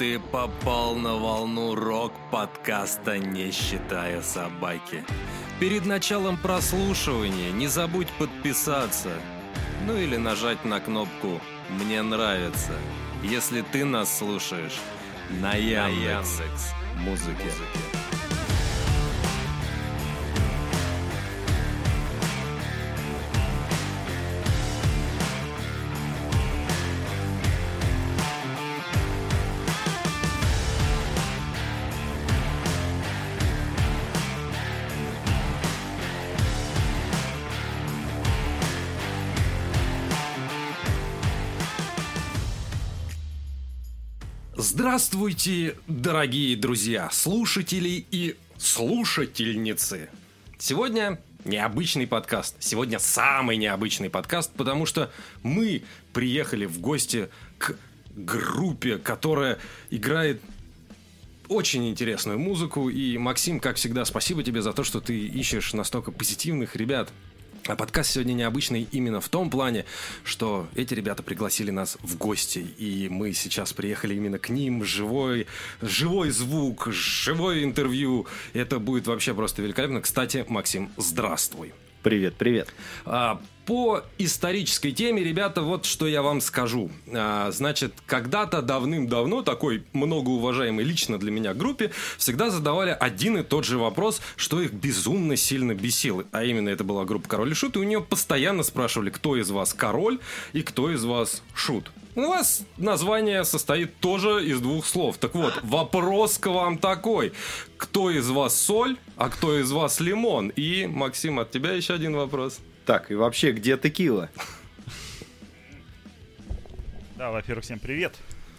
Ты попал на волну рок-подкаста «Не считая собаки». Перед началом прослушивания не забудь подписаться. Ну или нажать на кнопку «Мне нравится», если ты нас слушаешь на Яндекс.Музыке. Здравствуйте, дорогие друзья, слушатели и слушательницы. Сегодня необычный подкаст. Сегодня самый необычный подкаст, потому что мы приехали в гости к группе, которая играет очень интересную музыку. И, Максим, как всегда, спасибо тебе за то, что ты ищешь настолько позитивных ребят. А подкаст сегодня необычный именно в том плане, что эти ребята пригласили нас в гости, и мы сейчас приехали именно к ним. Живой звук, живое интервью. Это будет вообще просто великолепно. Кстати, Максим, здравствуй. Привет, привет. По исторической теме, ребята, вот что я вам скажу. Значит, когда-то давным-давно такой многоуважаемой лично для меня группе всегда задавали один и тот же вопрос, что их безумно сильно бесило. А именно, это была группа «Король и Шут», и у нее постоянно спрашивали, кто из вас король и кто из вас шут. У вас название состоит тоже из двух слов. Так вот, вопрос к вам такой. Кто из вас соль, а кто из вас лимон? И, Максим, от тебя еще один вопрос. Так, и вообще, где текила? Да, во-первых, всем привет.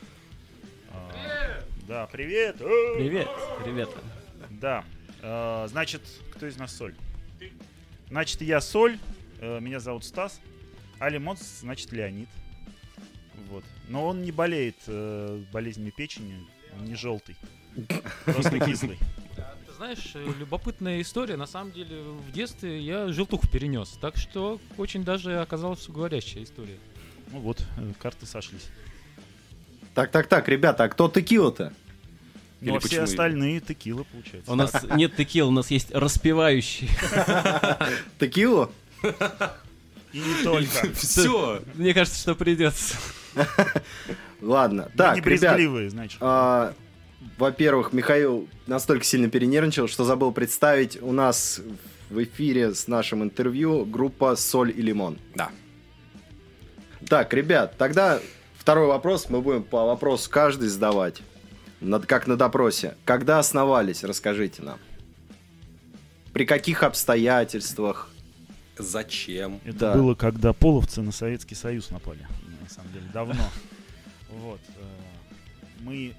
Да, привет. Привет, ребята. Да, значит, кто из нас соль? Значит, я соль, меня зовут Стас, а лимон, значит, Леонид. Вот. Но он не болеет болезнями печени, он не желтый, просто кислый. Ты знаешь, любопытная история. На самом деле, в детстве я желтуху перенес. Так что очень даже оказалась говорящая история. Ну вот, карты сошлись. Так, ребята, а кто текила-то? Ну, а все остальные текила, получается. У нас нет текилы, у нас есть распевающий. Текилу? И не только. Все. Мне кажется, что придется. Ладно. Мы Так, не ребят, брезгливые, значит. во-первых, Михаил настолько сильно перенервничал, что забыл представить. У нас в эфире с нашим интервью группа «Соль и лимон». Да. Так, ребят, тогда второй вопрос мы будем по вопросу каждый задавать. Как на допросе. Когда основались, расскажите нам. При каких обстоятельствах? Зачем? Это было, когда половцы на Советский Союз напали. На самом деле, давно. Вот. Мы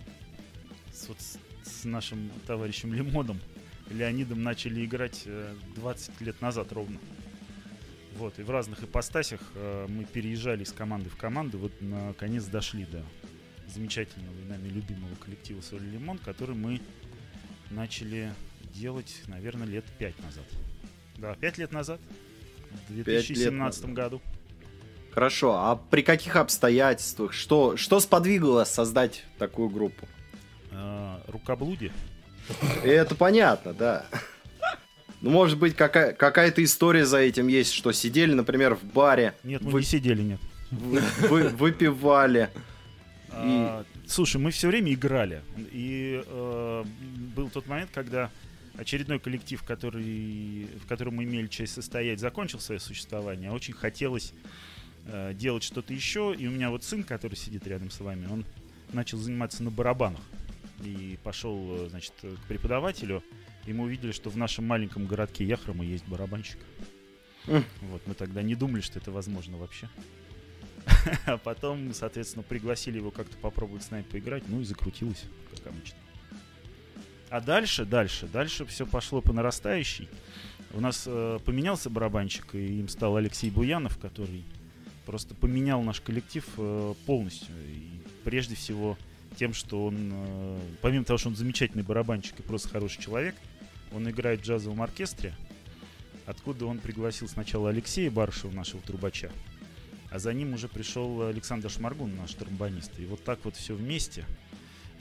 с нашим товарищем Лимоном, Леонидом, начали играть 20 лет назад ровно. Вот. И в разных ипостасях мы переезжали из команды в команду. Вот наконец дошли до замечательного и нами любимого коллектива «Соль и лимон», который мы начали делать, наверное, лет 5 назад. Да, 5 лет назад. В 2017 году. Хорошо, а при каких обстоятельствах? Что сподвигло создать такую группу? Рукоблудие. Это понятно, да. Ну, может быть, какая-то история за этим есть, что сидели, например, в баре. Нет, мы не сидели, нет. Выпивали. Слушай, мы все время играли. И был тот момент, когда очередной коллектив, в котором мы имели честь состоять, закончил свое существование. Очень хотелось делать что-то еще. И у меня вот сын, который сидит рядом с вами, он начал заниматься на барабанах. И пошел, значит, к преподавателю. И мы увидели, что в нашем маленьком городке Яхрома есть барабанщик. Вот, мы тогда не думали, что это возможно вообще. А потом, соответственно, пригласили его как-то попробовать с нами поиграть. Ну и закрутилось, как обычно. А дальше все пошло по нарастающей. У нас поменялся барабанщик, и им стал Алексей Буянов, который просто поменял наш коллектив полностью. И прежде всего тем, что он, помимо того, что он замечательный барабанщик и просто хороший человек, он играет в джазовом оркестре, откуда он пригласил сначала Алексея Барышева, нашего трубача, а за ним уже пришел Александр Шмаргун, наш тромбонист. И вот так вот все вместе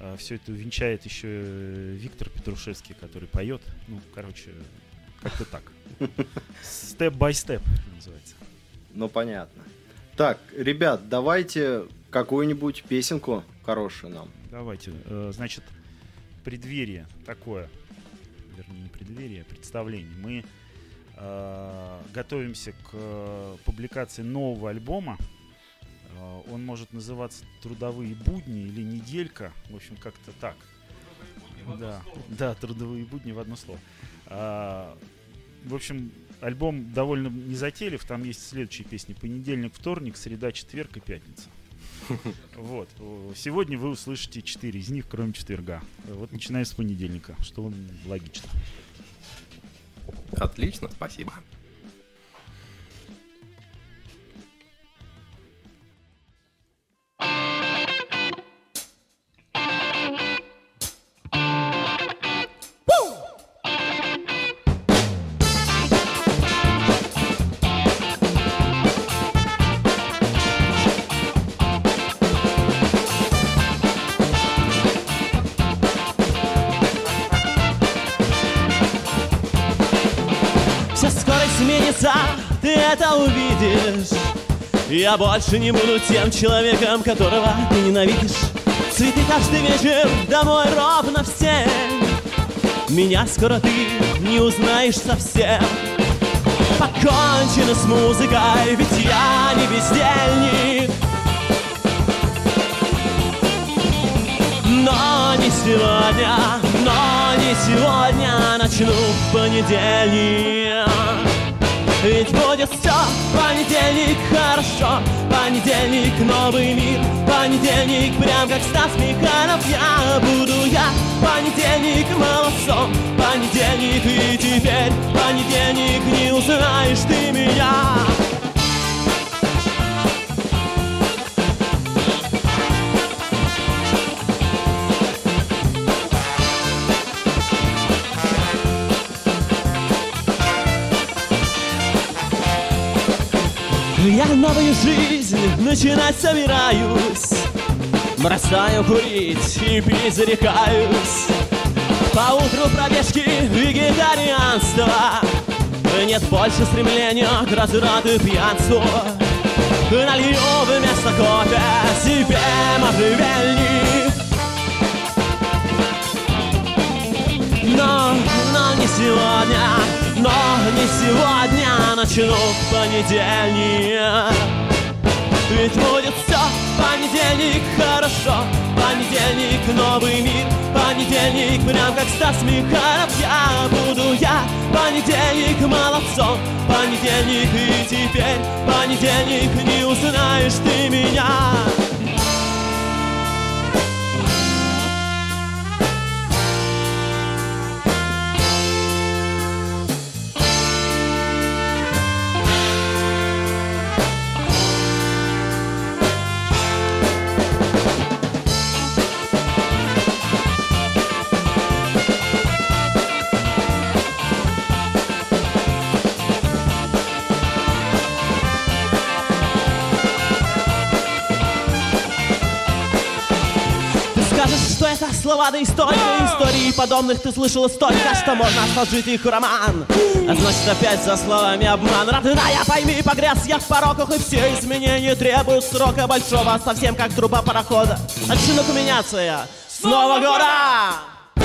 все это увенчает еще Виктор Петрушевский, который поет. Ну, короче, как-то так. Степ-бай-степ называется. Ну, понятно. Так, ребят, давайте какую-нибудь песенку хорошую нам. Давайте. Значит, преддверие такое. Вернее, не преддверие, а представление. Мы готовимся к публикации нового альбома. Он может называться «Трудовые будни» или «Неделька». В общем, как-то так. Да, «Трудовые будни» в одно слово. В общем, альбом довольно незатейлив. Там есть следующие песни: понедельник, вторник, среда, четверг и пятница. Вот. Сегодня вы услышите 4 из них, кроме четверга. Вот начиная с понедельника, что логично. Отлично, спасибо. Сменится, ты это увидишь. Я больше не буду тем человеком, которого ты ненавидишь. Цветы каждый вечер, домой ровно в 7. Меня скоро ты не узнаешь совсем. Покончено с музыкой, ведь я не бездельник. Но не сегодня начну в понедельник. Ведь будет все, понедельник хорошо, понедельник новый мир, понедельник прям как Стас Михайлов я буду я, понедельник молодцом, понедельник и теперь понедельник не узнаешь ты меня. Я новую жизнь начинать собираюсь, бросаю курить и пить зарекаюсь. По утру пробежки вегетарианства, нет больше стремления к разврату и пьянству. Налью вместо кофе себе можжевельник. Но не сегодня начну в понедельник. Ведь будет все, понедельник хорошо, понедельник новый мир, понедельник прям как Стас Михайлов я буду я, понедельник молодцом, понедельник и теперь понедельник не узнаешь ты меня. Слова да истории подобных ты слышала столько, что можно сложить их в роман. А значит опять за словами обман. Родная, пойми, погряз я в пороках, и все изменения требуют срока большого, совсем как труба парохода. Начну меняться я с Нового года.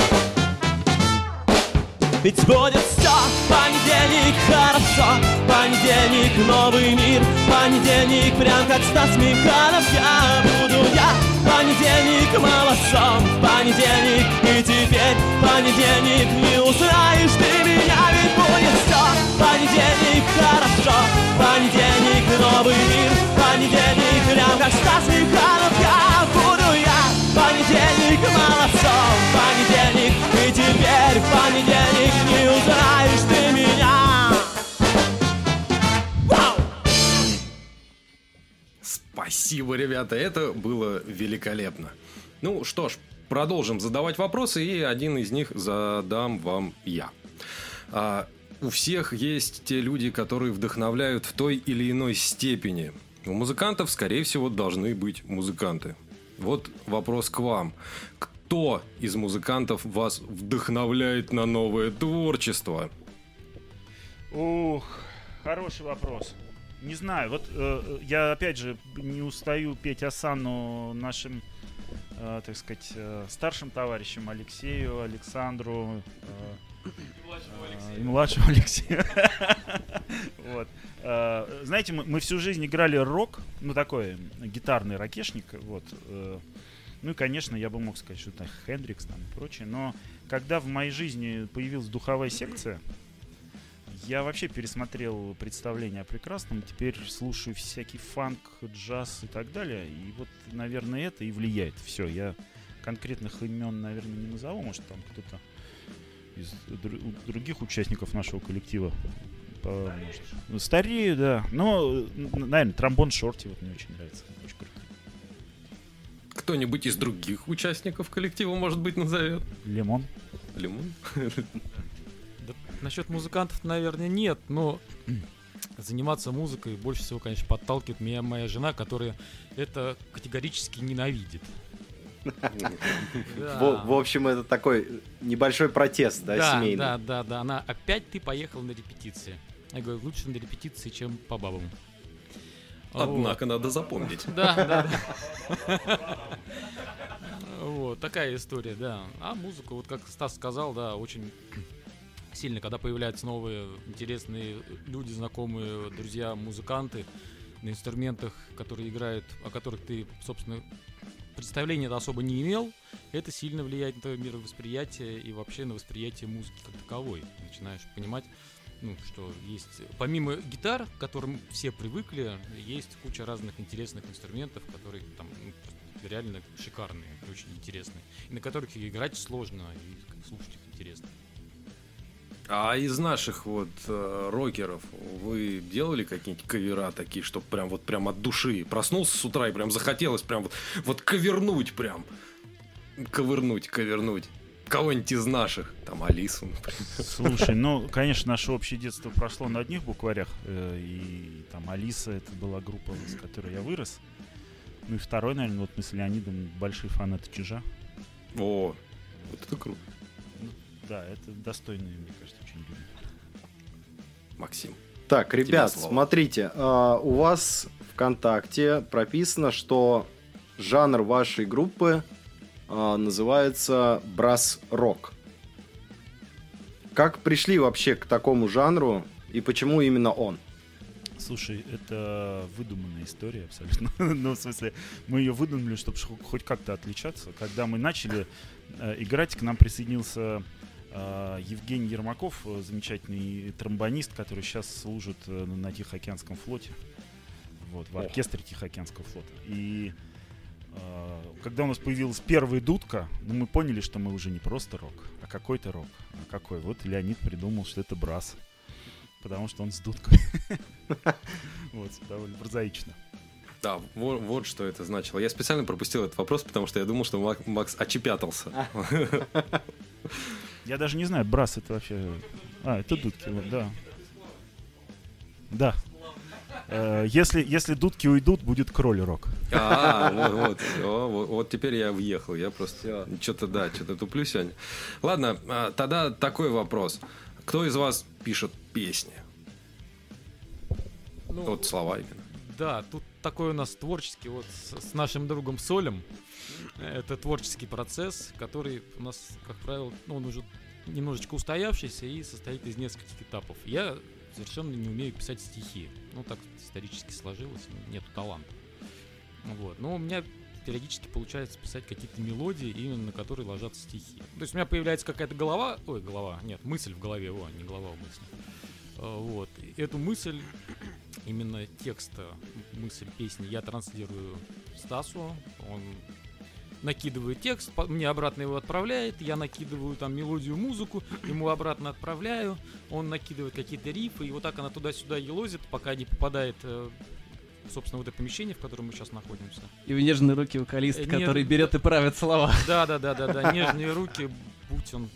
Ведь будет все, понедельник хорошо, понедельник новый мир, понедельник прям как Стас Михайлов я буду я, понедельник молодцом, понедельник и теперь понедельник не узнаешь ты меня. Ведь будет все, понедельник хорошо, понедельник новый мир, понедельник прям как Стас Михайлов я буду я, понедельник молодцом, понедельник и теперь понедельник не узнаешь ты меня. Вау! Спасибо, ребята, это было великолепно. Ну что ж, продолжим задавать вопросы, и один из них задам вам я. У всех есть те люди, которые вдохновляют в той или иной степени. У музыкантов, скорее всего, должны быть музыканты. Вот вопрос к вам. Кто из музыкантов вас вдохновляет на новое творчество? Ух, хороший вопрос. Не знаю, вот я опять же не устаю петь осанну нашим, так сказать, старшим товарищам Алексею, Александру и младшему Алексею. Вот. Знаете, мы всю жизнь играли рок, ну такой гитарный ракешник, вот. Ну и, конечно, я бы мог сказать, что это Хендрикс там и прочее, но когда в моей жизни появилась духовая секция, я вообще пересмотрел представление о прекрасном, теперь слушаю всякий фанк, джаз и так далее, и вот, наверное, это и влияет. Все, я конкретных имен, наверное, не назову, может, там кто-то из других участников нашего коллектива поможет. Старею, да, но, наверное, тромбон Шорти вот мне очень нравится, очень круто. Кто-нибудь из других участников коллектива, может быть, назовет? Лимон. Лимон? Да, насчет музыкантов, наверное, нет, но заниматься музыкой больше всего, конечно, подталкивает меня моя жена, которая это категорически ненавидит. В общем, это такой небольшой протест, да, семейный. Да. Она опять ты поехал на репетиции. Я говорю, лучше на репетиции, чем по бабам. Однако надо запомнить. Да. Вот, такая история, да. А музыку, вот как Стас сказал, да, очень сильно, когда появляются новые интересные люди, знакомые, друзья, музыканты на инструментах, которые играют, о которых ты, собственно, представления особо не имел, это сильно влияет на твое мировосприятие и вообще на восприятие музыки как таковой. Начинаешь понимать, ну, что есть, помимо гитар, к которым все привыкли, есть куча разных интересных инструментов, которые там реально шикарные, очень интересные, и на которых играть сложно, и слушать их интересно. А из наших вот рокеров вы делали какие-нибудь кавера такие, чтобы прям от души проснулся с утра и прям захотелось прям вот ковернуть прям, ковырнуть кого-нибудь из наших, там Алису, например. Слушай, ну, конечно, наше общее детство прошло на одних букварях, и там Алиса, это была группа, с которой я вырос. Ну и второй, наверное, вот мы с Леонидом большие фанаты Чижа. О, вот это круто. Ну, да, это достойные, мне кажется, очень люди. Максим. Так, ребят, смотрите, у вас ВКонтакте прописано, что жанр вашей группы называется брас-рок. Как пришли вообще к такому жанру и почему именно он? Слушай, это выдуманная история абсолютно. Ну, в смысле, мы ее выдумали, чтобы хоть как-то отличаться. Когда мы начали играть, к нам присоединился Евгений Ермаков, замечательный тромбонист, который сейчас служит на Тихоокеанском флоте. Вот, в оркестре Тихоокеанского флота. И когда у нас появилась первая дудка, ну, мы поняли, что мы уже не просто рок, а какой-то рок. А какой? Вот Леонид придумал, что это брас. Потому что он с дудкой. Вот, довольно прозаично. Да, вот что это значило. Я специально пропустил этот вопрос, потому что я думал, что Макс очепятался. Я даже не знаю, брас это вообще... это дудки, вот, да. Да. Если дудки уйдут, будет кроль-рок. Вот теперь я въехал. Я просто что-то туплю сегодня. Ладно, тогда такой вопрос. Кто из вас пишет песни? Ну, вот слова именно. Да, тут такой у нас творческий, вот с нашим другом Солем. Это творческий процесс, который у нас, как правило, он уже немножечко устоявшийся и состоит из нескольких этапов. Я совершенно не умею писать стихи. Ну, так исторически сложилось, нету таланта. Вот. Но у меня периодически получается писать какие-то мелодии, именно на которые ложатся стихи. То есть у меня появляется какая-то мысль в голове, не голова, а мысль. Вот. И эту мысль, именно текста, мысль песни я транслирую Стасу, он накидывает текст, мне обратно его отправляет, я накидываю там мелодию, музыку, ему обратно отправляю, он накидывает какие-то рифы, и вот так она туда-сюда елозит, пока не попадает, собственно, в это помещение, в котором мы сейчас находимся. И в нежные руки вокалист, который берет и правит слова. Да, нежные руки, будь он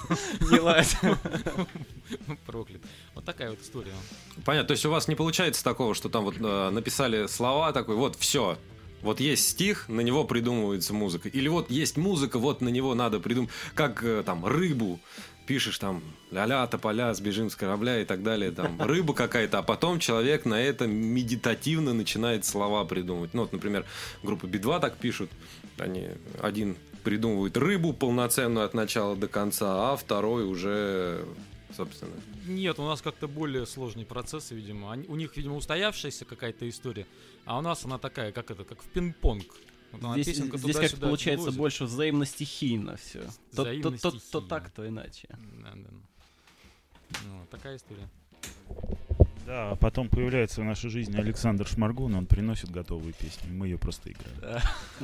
проклят. Вот такая вот история. Понятно, то есть у вас не получается такого, что там вот написали слова, такой, вот, все, Вот есть стих, на него придумывается музыка. Или вот есть музыка, вот на него надо придумать. Как там рыбу пишешь, там ля-ля, тополя, сбежим с корабля и так далее. Там рыба какая-то, а потом человек на это медитативно начинает слова придумывать. Ну вот, например, группа Би-2 так пишут. Они один придумывает рыбу полноценную от начала до конца, а второй уже, собственно... Нет, у нас как-то более сложные процессы, видимо. У них, видимо, устоявшаяся какая-то история, а у нас она такая, как в пинг-понг. Вот она, Здесь как получается лозит. больше взаимно-стихийно все. То Взаимно-стихийно. так, то иначе. Да. Ну, такая история. Да, а потом появляется в нашей жизни Александр Шмаргун, он приносит готовую песню, мы ее просто играем.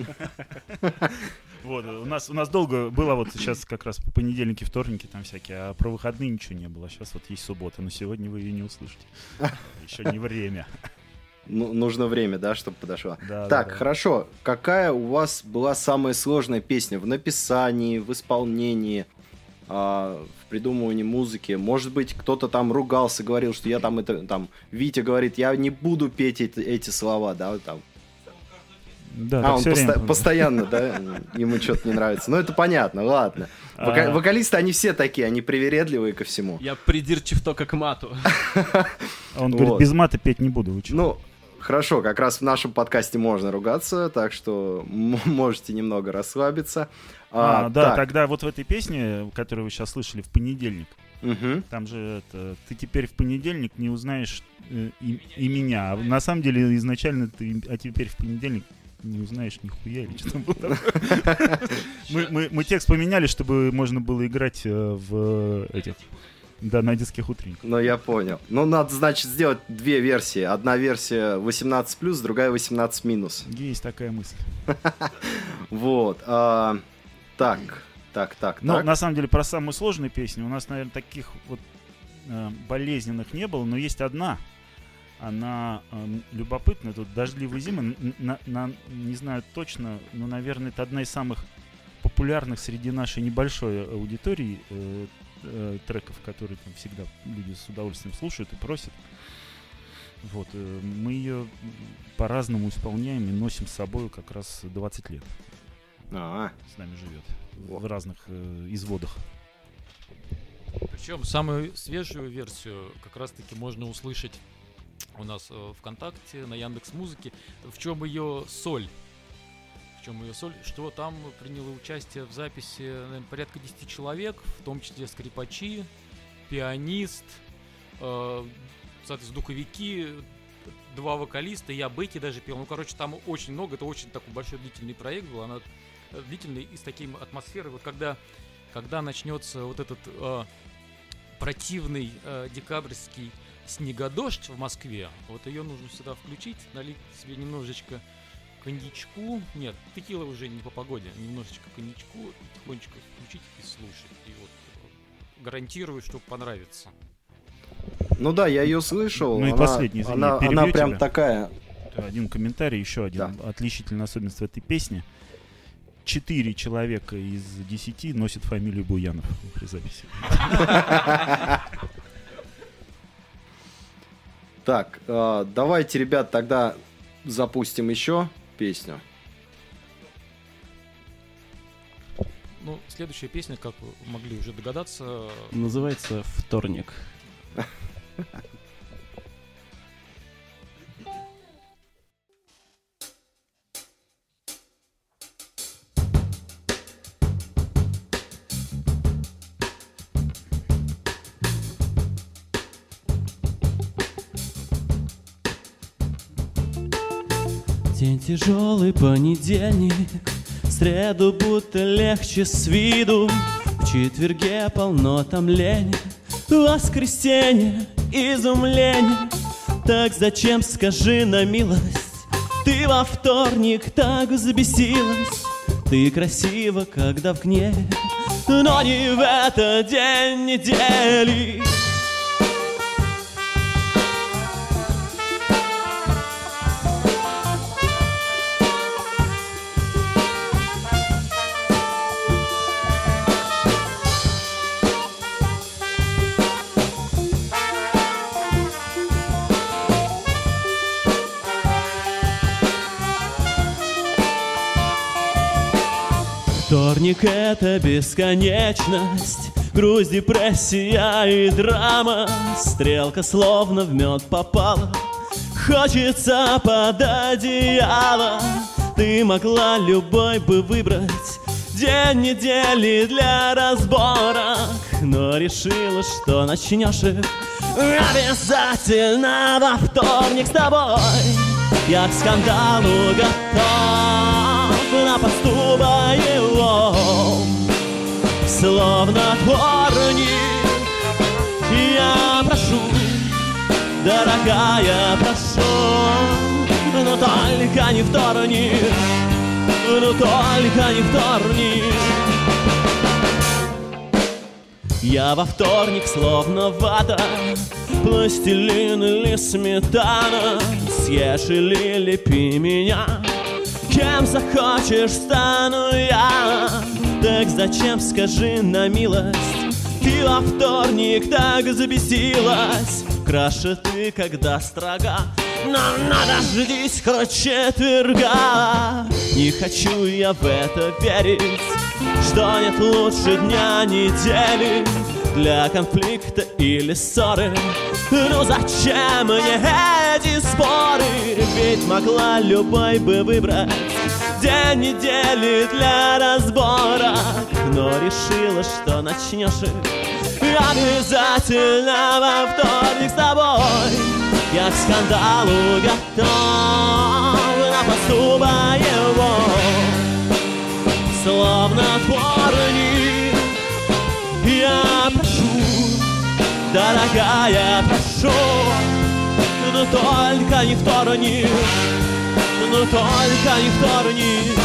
Вот, у нас долго было вот сейчас как раз понедельники, вторники там всякие, а про выходные ничего не было. Сейчас вот есть суббота, но сегодня вы ее не услышите. Еще не время. Ну, нужно время, да, чтобы подошло. Да, Так, да. хорошо. Какая у вас была самая сложная песня в написании, в исполнении, в придумывании музыки? Может быть, кто-то там ругался, говорил, что я там Витя говорит, я не буду петь эти слова, да, там. Да, так Он всё время. постоянно, да, ему что-то не нравится. Ну, это понятно, ладно. Вокалисты, они все такие, они привередливые ко всему. Я придирчив только к мату. Он говорит, Вот. без мата петь не буду. Вы чё? Ну, хорошо, как раз в нашем подкасте можно ругаться, так что можете немного расслабиться. Да, так. тогда вот в этой песне, которую вы сейчас слышали, в понедельник, Мгм. там же ты теперь в понедельник не узнаешь и меня. А на самом деле изначально а теперь в понедельник не узнаешь нихуя или что там было такое. Мы текст поменяли, чтобы можно было играть в этих... Да, на детских утренниках. Ну, я понял. Ну, надо, значит, сделать две версии. Одна версия 18+, другая 18-. Есть такая мысль. Вот. Так. Но на самом деле про самую сложную песню у нас, наверное, таких вот болезненных не было, но есть одна. Она любопытная. Тут «Дождливые зимы». Не знаю точно, но, наверное, это одна из самых популярных среди нашей небольшой аудитории треков, которые там всегда люди с удовольствием слушают и просят. Вот. Мы ее по-разному исполняем и носим с собой как раз 20 лет. С нами живет. В разных изводах. Причем самую свежую версию как раз-таки можно услышать у нас ВКонтакте, на Яндекс.Музыке. В чем ее соль? Что там приняло участие в записи, наверное, порядка 10 человек, в том числе скрипачи, пианист, соответственно, духовики, 2 вокалиста, я бэки даже пел. Ну, короче, там очень много, это очень такой большой длительный проект был, она длительный и с такой атмосферой. Вот когда начнется вот этот противный декабрьский снегодождь в Москве, вот ее нужно сюда включить, налить себе немножечко коньячку, нет, текила уже не по погоде, немножечко коньячку, тихонечко включить и слушать. И вот гарантирую, что понравится. Ну да, я ее слышал. Ну и последний, извини, она перебью прям тебя. такая. Один комментарий, еще один. Да. Отличительная особенность в этой песне. 4 человека из 10 носят фамилию Буянов при записи. Так, давайте, ребят, тогда запустим еще песню. Ну, следующая песня, как вы могли уже догадаться, Называется «Вторник». День тяжелый, понедельник, в среду будто легче с виду, в четверге полно томления, в воскресенье изумление. Так зачем, скажи на милость, ты во вторник так взбесилась? Ты красива, когда в гневе, но не в этот день недели. вторник — это бесконечность, грусть, депрессия и драма. Стрелка словно в мед попала, хочется под одеяло. Ты могла любой бы выбрать день недели для разборок, но решила, что начнешь их обязательно во вторник с тобой. Я к скандалу готов, на посту боевом, словно дворник. Я прошу, дорогая, прошу, но только не вторник, но только не вторник. Я во вторник словно вата, пластилин или сметана. Съешь или лепи меня, кем захочешь стану я. Так зачем, скажи на милость, ты во вторник так забесилась? Краше ты, когда строга, но дождись хоть четверга. Не хочу я в это верить, что нет лучше дня недели для конфликта или ссоры. Ну зачем мне эти споры? Ведь могла любой бы выбрать день недели для разборок, но решила, что начнешь их обязательно во вторник с тобой. Я к скандалу готов, на посту боевом, словно дворник. Я прошу, дорогая, прошу, но только не вторник, но только не вторник.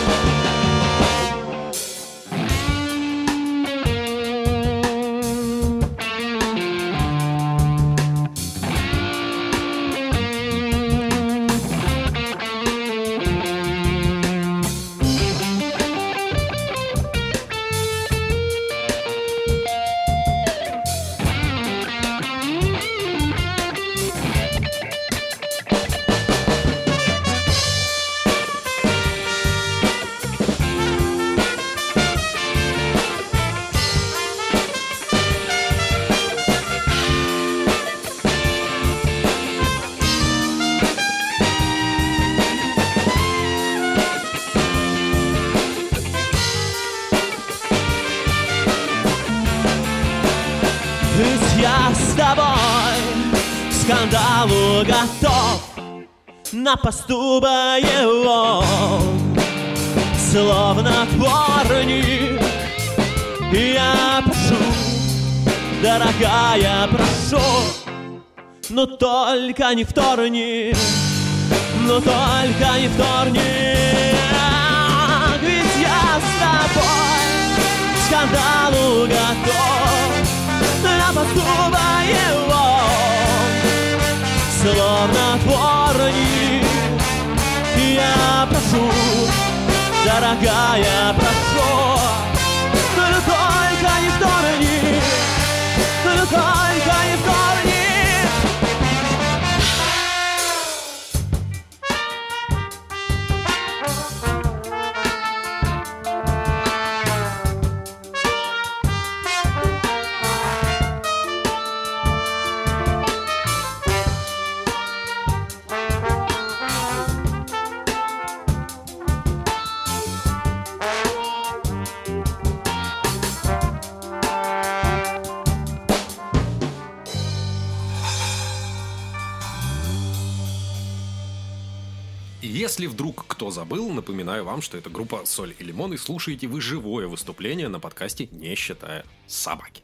Я с тобой к скандалу готов, на посту боевом, словно дворник. Я прошу, дорогая, прошу, но только не вторник, но только не вторник. Ведь я с тобой к скандалу готов, на посту боевом, словно дворник. Я прошу, дорогая, прошу, но только не вторник, но только не вторник. Если вдруг кто забыл, напоминаю вам, что это группа «Соль и лимон», и слушаете вы живое выступление на подкасте «Не считая собаки».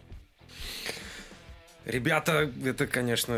Ребята, это, конечно,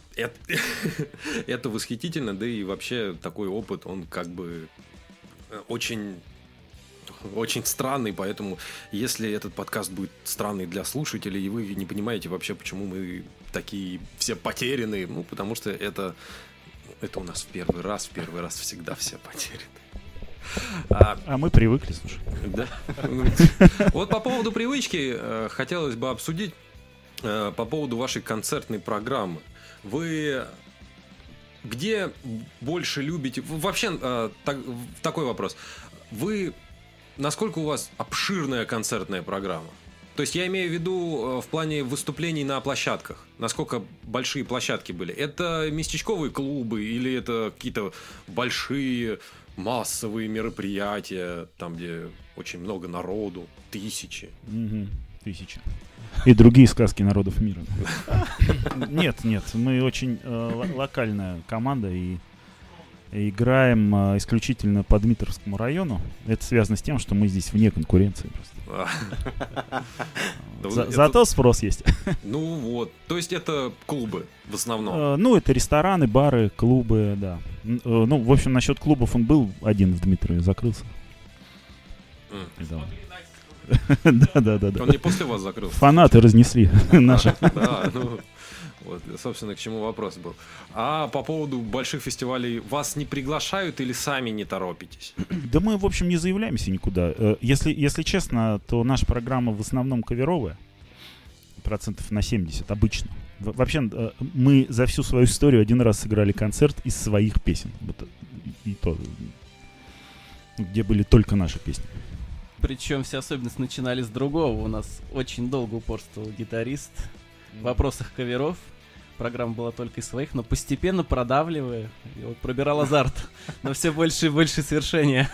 это восхитительно, да и вообще такой опыт, он как бы очень странный, поэтому если этот подкаст будет странный для слушателей, и вы не понимаете вообще, почему мы такие все потерянные, ну, потому что это у нас в первый раз всегда все потеряны. А мы привыкли, слушай. Да. Вот по поводу привычки хотелось бы обсудить по поводу вашей концертной программы. Вы где больше любите... Вообще, такой вопрос. Вы насколько у вас обширная концертная программа? То есть я имею в виду в плане выступлений на площадках. Насколько большие площадки были? Это местечковые клубы или это какие-то большие массовые мероприятия, там, где очень много народу, тысячи? Тысячи. И другие сказки народов мира. Нет, мы очень локальная команда и играем исключительно по Дмитровскому району. Это связано с тем, что мы здесь вне конкуренции просто. Зато спрос есть. Ну вот, то есть это клубы в основном? Ну, это рестораны, бары, клубы, да. Ну, в общем, насчет клубов он был один в Дмитрове, закрылся. Да. Он не после вас закрылся? Фанаты разнесли наши. Да, ну, вот, собственно, к чему вопрос был. А по поводу больших фестивалей, вас не приглашают или сами не торопитесь? Да мы, в общем, не заявляемся никуда. Если честно, то наша программа в основном каверовая. 70% обычно. Вообще, мы за всю свою историю один раз сыграли концерт из своих песен. Вот, и то, где были только наши песни. Причем все особенности начинали с другого. У нас очень долго упорствовал гитарист в вопросах каверов. Программа была только из своих, но постепенно продавливая, его пробирал азарт на все больше и больше свершения.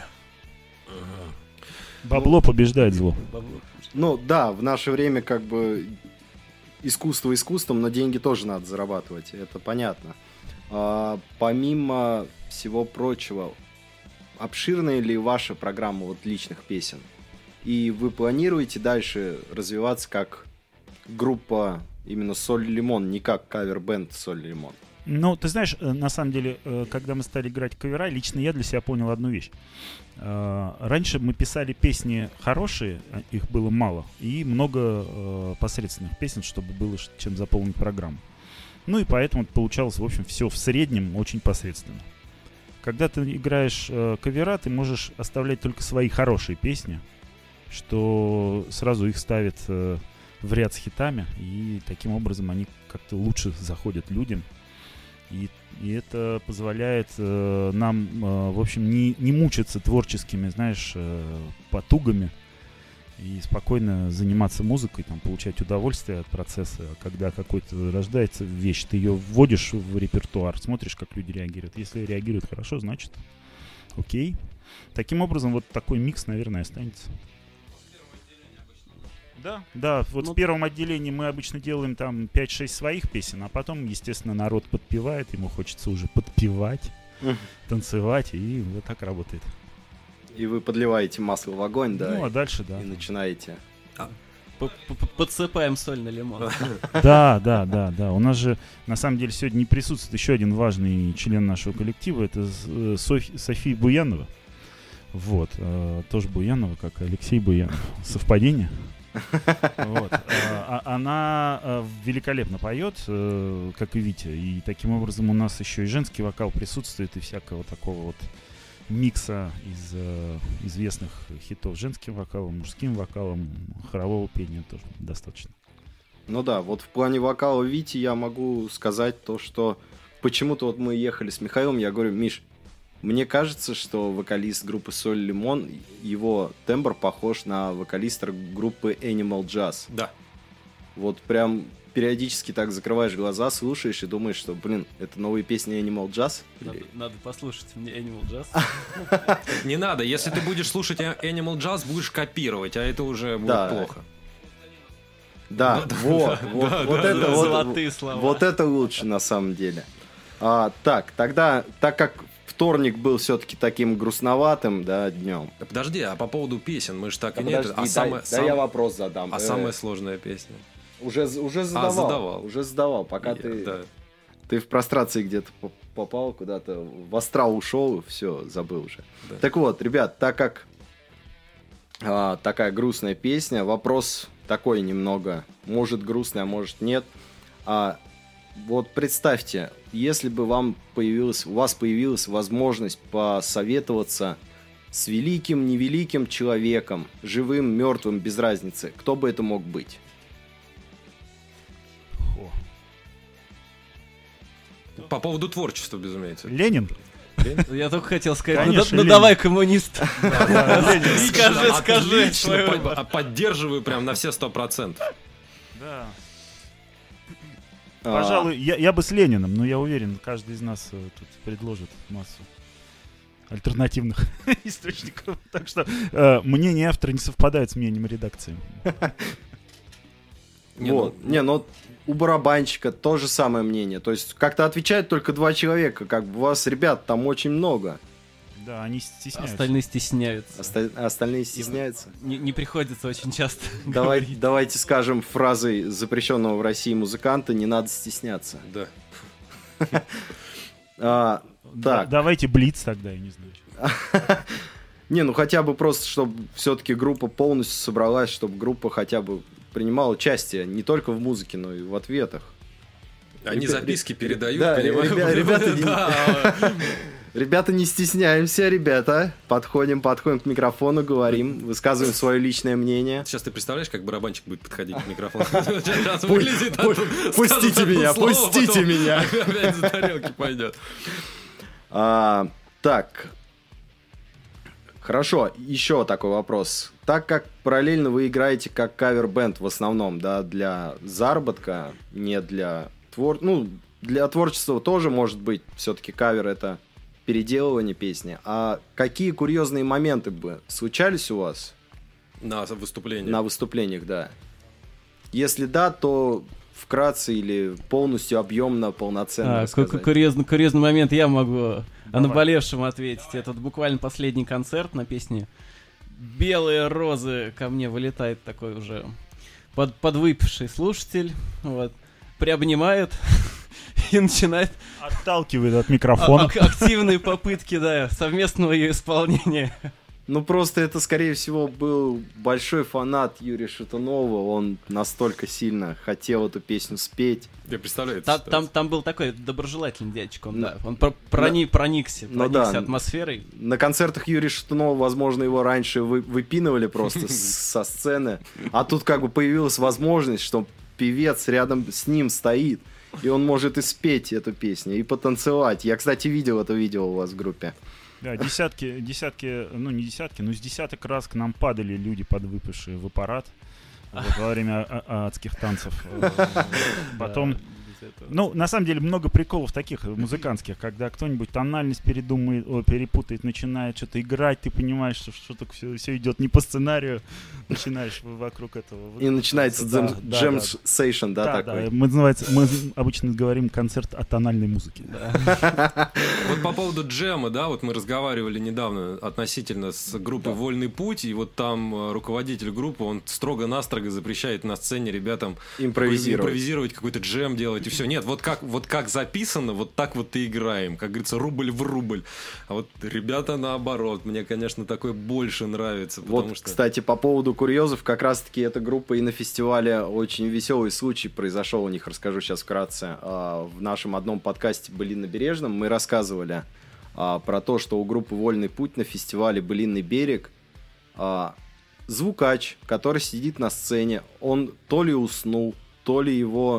Бабло побеждает зло. Ну да, в наше время как бы искусство искусством, но деньги тоже надо зарабатывать, это понятно. Помимо всего прочего, обширная ли ваша программа вот личных песен? И вы планируете дальше развиваться как группа именно Соль Лимон, не как кавер-бенд Соль Лимон? Ну, ты знаешь, на самом деле, когда мы стали играть кавера, лично я для себя понял одну вещь. Раньше мы писали песни хорошие, их было мало, и много посредственных песен, чтобы было чем заполнить программу. Ну и поэтому получалось, в общем, все в среднем очень посредственно. Когда ты играешь кавера, ты можешь оставлять только свои хорошие песни, что сразу их ставит в ряд с хитами, и таким образом они как-то лучше заходят людям. И это позволяет нам, в общем, не мучиться творческими, знаешь, потугами и спокойно заниматься музыкой, там, получать удовольствие от процесса. Когда какой-то рождается вещь, ты ее вводишь в репертуар, смотришь, как люди реагируют. Если реагируют хорошо, значит, окей. Таким образом, вот такой микс, наверное, останется. Да, вот в первом отделении мы обычно делаем там 5-6 своих песен, а потом, естественно, народ подпевает, ему хочется уже подпевать, танцевать, и вот так работает. И вы подливаете масло в огонь, да? Ну, а дальше, да. И начинаете. Подсыпаем соль на лимон. Да. У нас же, на самом деле, сегодня не присутствует еще один важный член нашего коллектива, это София Буянова. Вот, тоже Буянова, как Алексей Буянов. Совпадение? Вот. Она великолепно поет, как и Витя, и таким образом у нас еще и женский вокал присутствует, и всякого такого вот микса из известных хитов женским вокалом, мужским вокалом, хорового пения тоже достаточно. Ну да, вот в плане вокала Вити я могу сказать то, что почему-то вот мы ехали с Михаилом, я говорю: Миш, мне кажется, что вокалист группы Соль Лимон, его тембр похож на вокалиста группы Animal Jazz. Да. Вот прям периодически так закрываешь глаза, слушаешь и думаешь, что, блин, это новые песни Animal Jazz? Надо послушать мне Animal Jazz. Не надо, если ты будешь слушать Animal Jazz, будешь копировать, а это уже будет плохо. Да, вот это золотые слова. Вот это лучше на самом деле. Так, тогда, так как вторник был все-таки таким грустноватым, да, днем. Подожди, а по поводу песен, мы же так и нет. Я вопрос задам. А самая сложная песня? Уже задавал. Пока ты в прострации где-то попал, куда-то в астрал ушел, и все, забыл уже. Да. Так вот, ребят, так как такая грустная песня, вопрос такой немного, может грустный, а может нет. Вот представьте, если бы у вас появилась возможность посоветоваться с великим, невеликим человеком, живым, мертвым, без разницы, кто бы это мог быть? По поводу творчества, безумеется. Ленин? Я только хотел сказать, Конечно, ну Ленин. давай, коммунист. Отлично, скажи отлично, свою. поддерживаю прям на все 100%. Да. А, Пожалуй, я бы с Лениным, но я уверен, каждый из нас тут предложит массу альтернативных источников. Так что мнение автора не совпадает с мнением редакции. Вот. Но у барабанщика то же самое мнение. То есть как-то отвечают только 2 человека. Как бы у вас, ребят, там очень много. Да, они стесняются. Остальные стесняются. Остальные стесняются. Не приходится очень часто. Давайте скажем фразой запрещенного в России музыканта: не надо стесняться. Да. Так. Давайте блиц тогда, я не знаю. Не, ну хотя бы просто, чтобы все-таки группа полностью собралась, чтобы группа хотя бы принимала участие не только в музыке, но и в ответах. Они записки передают, да, понимаешь? Ребята, не стесняемся, ребята. Подходим к микрофону, говорим, высказываем свое личное мнение. Сейчас ты представляешь, как барабанщик будет подходить к микрофону? Сейчас вылезет оттуда, Пустите скажет меня, одно слово, пустите потом меня. Опять за тарелки пойдет. Так. Хорошо, еще такой вопрос. Так как параллельно вы играете как кавер-бэнд в основном, да, для заработка, не для для творчества тоже может быть, все-таки кавер — это переделывание песни. А какие курьезные моменты бы случались у вас На выступление. на выступлениях, да? Если да, то вкратце или полностью объемно, полноценно рассказать. Курьезный момент я могу о наболевшем ответить. Это буквально последний концерт на песне «Белые розы». Ко мне вылетает такой уже подвыпивший слушатель, вот, приобнимает и начинает Отталкивает от микрофона. активные попытки, да, совместного ее исполнения. Ну, просто это, скорее всего, был большой фанат Юрия Шатунова. Он настолько сильно хотел эту песню спеть. Я представляю эту ситуацию. Там был такой доброжелательный дядечка, он, Ну, да, он проникся да. атмосферой. На концертах Юрия Шатунова, возможно, его раньше выпинывали просто со сцены. А тут как бы появилась возможность, что певец рядом с ним стоит. И он может и спеть эту песню, и потанцевать. Я, кстати, видел это видео у вас в группе. Да, десятки, ну не десятки, но с десяток раз к нам падали люди, подвыпившие в аппарат вот, во время адских танцев. Потом, ну, на самом деле, много приколов таких музыкантских, когда кто-нибудь тональность перепутает, начинает что-то играть, ты понимаешь, что что-то все идет не по сценарию, начинаешь вокруг этого. И начинается джем-сейшн, да, такой. Мы обычно говорим концерт о тональной музыке. Вот по поводу джема, да, вот мы разговаривали недавно относительно с группой «Вольный путь», и вот там руководитель группы, он строго-настрого запрещает на сцене ребятам импровизировать, какой-то джем делать, и все. Нет, вот как записано, вот так вот и играем. Как говорится, рубль в рубль. А вот ребята наоборот. Мне, конечно, такое больше нравится. Вот, что... кстати, по поводу курьезов, как раз-таки эта группа и на фестивале очень веселый случай произошел у них, расскажу сейчас вкратце. В нашем одном подкасте «Былин на Бережном» мы рассказывали про то, что у группы «Вольный путь» на фестивале «Былинный берег» звукач, который сидит на сцене, он то ли уснул, то ли его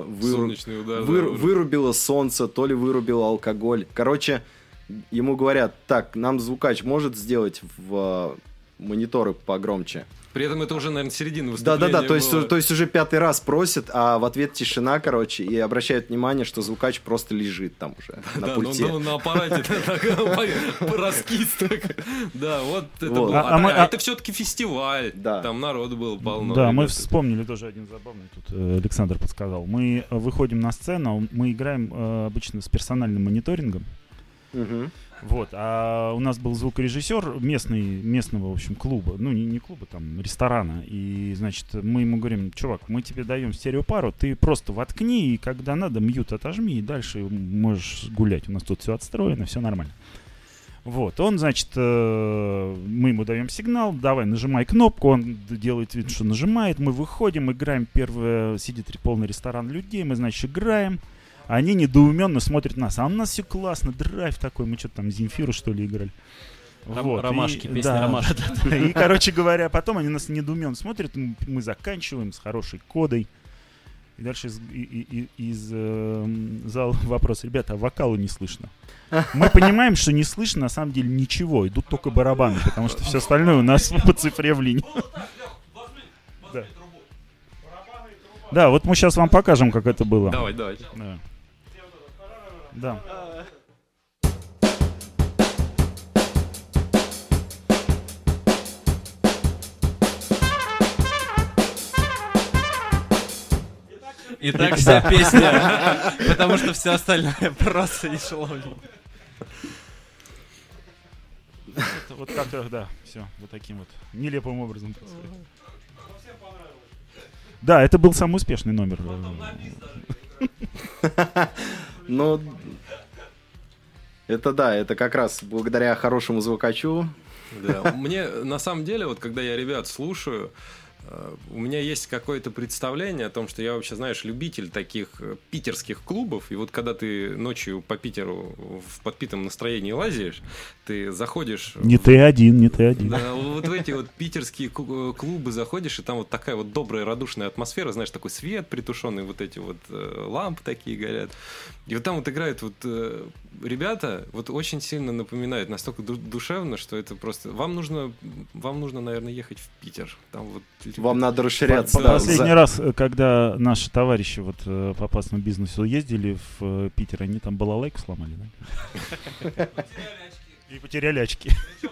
вырубило солнце, то ли вырубило алкоголь. Короче, ему говорят: так, нам звукач может сделать в мониторы погромче? При этом это уже, наверное, середина выступления. Да, то есть уже 5-й раз просят, а в ответ тишина, короче, и обращают внимание, что звукач просто лежит там уже на пульте. Да, на аппарате раскис. Да, вот это было. Это все-таки фестиваль, там народу было полно. Да, мы вспомнили тоже один забавный, тут Александр подсказал. Мы выходим на сцену, мы играем обычно с персональным мониторингом. Вот, а у нас был звукорежиссер местного, в общем, клуба, ну, не клуба, там, ресторана, и, значит, мы ему говорим: чувак, мы тебе даем стереопару, ты просто воткни, и когда надо, мьют отожми, и дальше можешь гулять, у нас тут все отстроено, все нормально. Вот, он, значит, мы ему даем сигнал, давай, нажимай кнопку, он делает вид, что нажимает, мы выходим, играем, сидит полный ресторан людей, мы, значит, играем. Они недоуменно смотрят нас. А у нас все классно, драйв такой. Мы что-то там Земфиру, что ли, играли. Ромашки, песня «Ромашки». И, короче говоря, потом они нас недоуменно смотрят. Мы заканчиваем с хорошей кодой. И дальше из зала вопрос. Ребята, а вокалу не слышно. Мы понимаем, что не слышно на самом деле ничего. Идут только барабаны, потому что все остальное у нас по цифре в линии. Да. Да, вот мы сейчас вам покажем, как это было. Давай. Да. И так вся песня, потому что все остальное просто не шло. Вот как-то, да, все, вот таким вот нелепым образом. Да, это был самый успешный номер. Ну, это как раз благодаря хорошему звукачу. Да. Мне, на самом деле, вот когда я ребят слушаю, у меня есть какое-то представление о том, что я вообще, знаешь, любитель таких питерских клубов. И вот когда ты ночью по Питеру в подпитом настроении лазишь, ты заходишь... Не ты один. Да, вот в эти вот питерские клубы заходишь, и там вот такая вот добрая, радушная атмосфера, знаешь, такой свет притушенный, вот эти вот лампы такие горят. И вот там вот играют вот ребята, вот очень сильно напоминают, настолько душевно, что это просто... Вам нужно, наверное, ехать в Питер. Там вот... Вам надо расширяться. Последний раз, когда наши товарищи вот по опасному бизнесу ездили в Питер, они там балалайку сломали, да? И потеряли очки.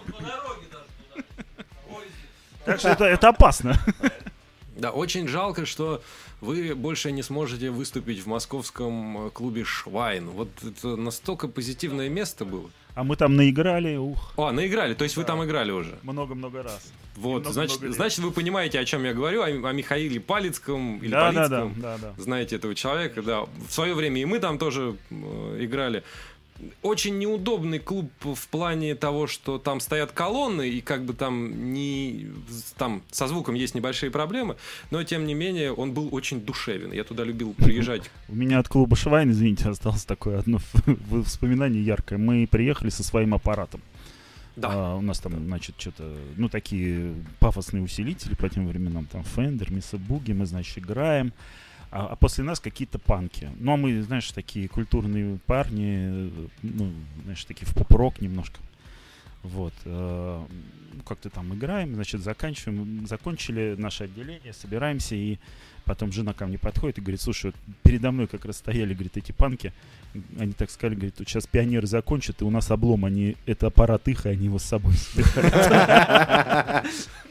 Так что это опасно. Да, очень жалко, что вы больше не сможете выступить в московском клубе «Швайн». Вот это настолько позитивное место было. А мы там наиграли, наиграли, то есть вы там играли уже? Много-много раз. Вот, значит, вы понимаете, о чем я говорю, о Михаиле Палицком или Палицком. Да. Знаете этого человека, да. В свое время и мы там тоже играли. Очень неудобный клуб в плане того, что там стоят колонны, и как бы там со звуком есть небольшие проблемы, но тем не менее он был очень душевен. Я туда любил приезжать. У меня от клуба «Швайн», извините, осталось такое одно воспоминание яркое. Мы приехали со своим аппаратом. Да. У нас там, значит, что-то, такие пафосные усилители по тем временам, там Fender, Mesa Boogie, мы, значит, играем. А после нас какие-то панки. Ну, а мы, знаешь, такие культурные парни, знаешь, такие в поп-рок немножко. Вот. Как-то там играем, значит, закончили наше отделение, собираемся, и потом жена ко мне подходит и говорит: слушай, вот передо мной как раз стояли, говорит, эти панки. Они так сказали, говорит, вот сейчас пионеры закончат, и у нас облом, это аппарат их, и они его с собой собирают.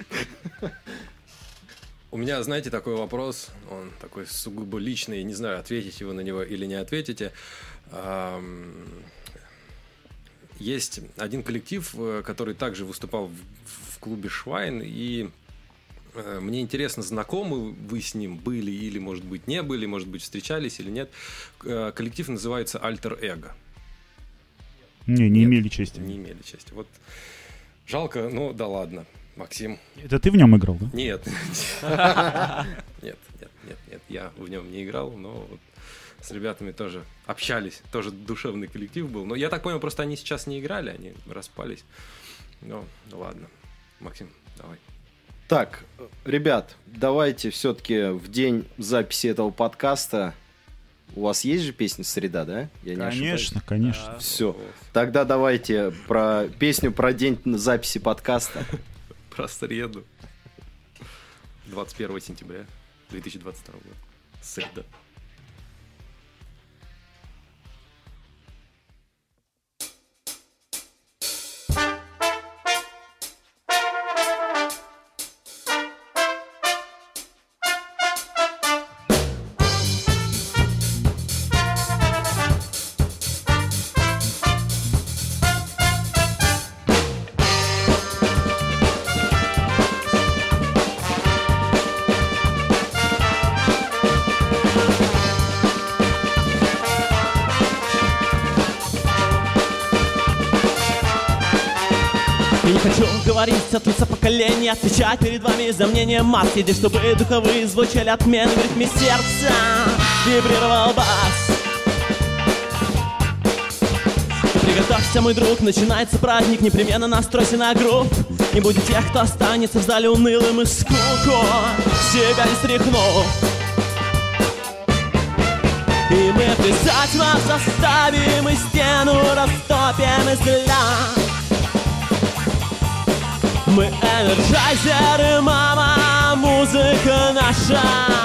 У меня, знаете, такой вопрос, он такой сугубо личный, не знаю, ответите вы на него или не ответите. Есть один коллектив, который также выступал в клубе «Швайн», и мне интересно, знакомы вы с ним были или, может быть, не были, может быть, встречались или нет. Коллектив называется «Alter Ego». Не имели чести. Не имели чести. Вот жалко, ну да ладно. Максим. Это ты в нем играл, да? Нет. Нет, я в нем не играл, но вот с ребятами тоже общались, тоже душевный коллектив был. Но я так понял, просто они сейчас не играли, они распались. Ну ладно. Максим, давай. Так, ребят, давайте все-таки в день записи этого подкаста. У вас есть же песня «Среда», да? Я не ошибаюсь. Конечно. Все. Тогда давайте песню про день записи подкаста. Про среду. 21 сентября 2022 года. Среда. Я не хочу говорить от лица поколения, отвечать перед вами за мнение масс. Иди, чтобы духовые звучали отмены, в ритме сердца вибрировал бас. Ты приготовься, мой друг, начинается праздник, непременно настройся на грув. Не будет тех, кто останется в зале унылым и скуку себя не стряхнув. И мы плясать вас заставим, и стену растопим из льда. Мы энерджайзеры, мама, музыка наша.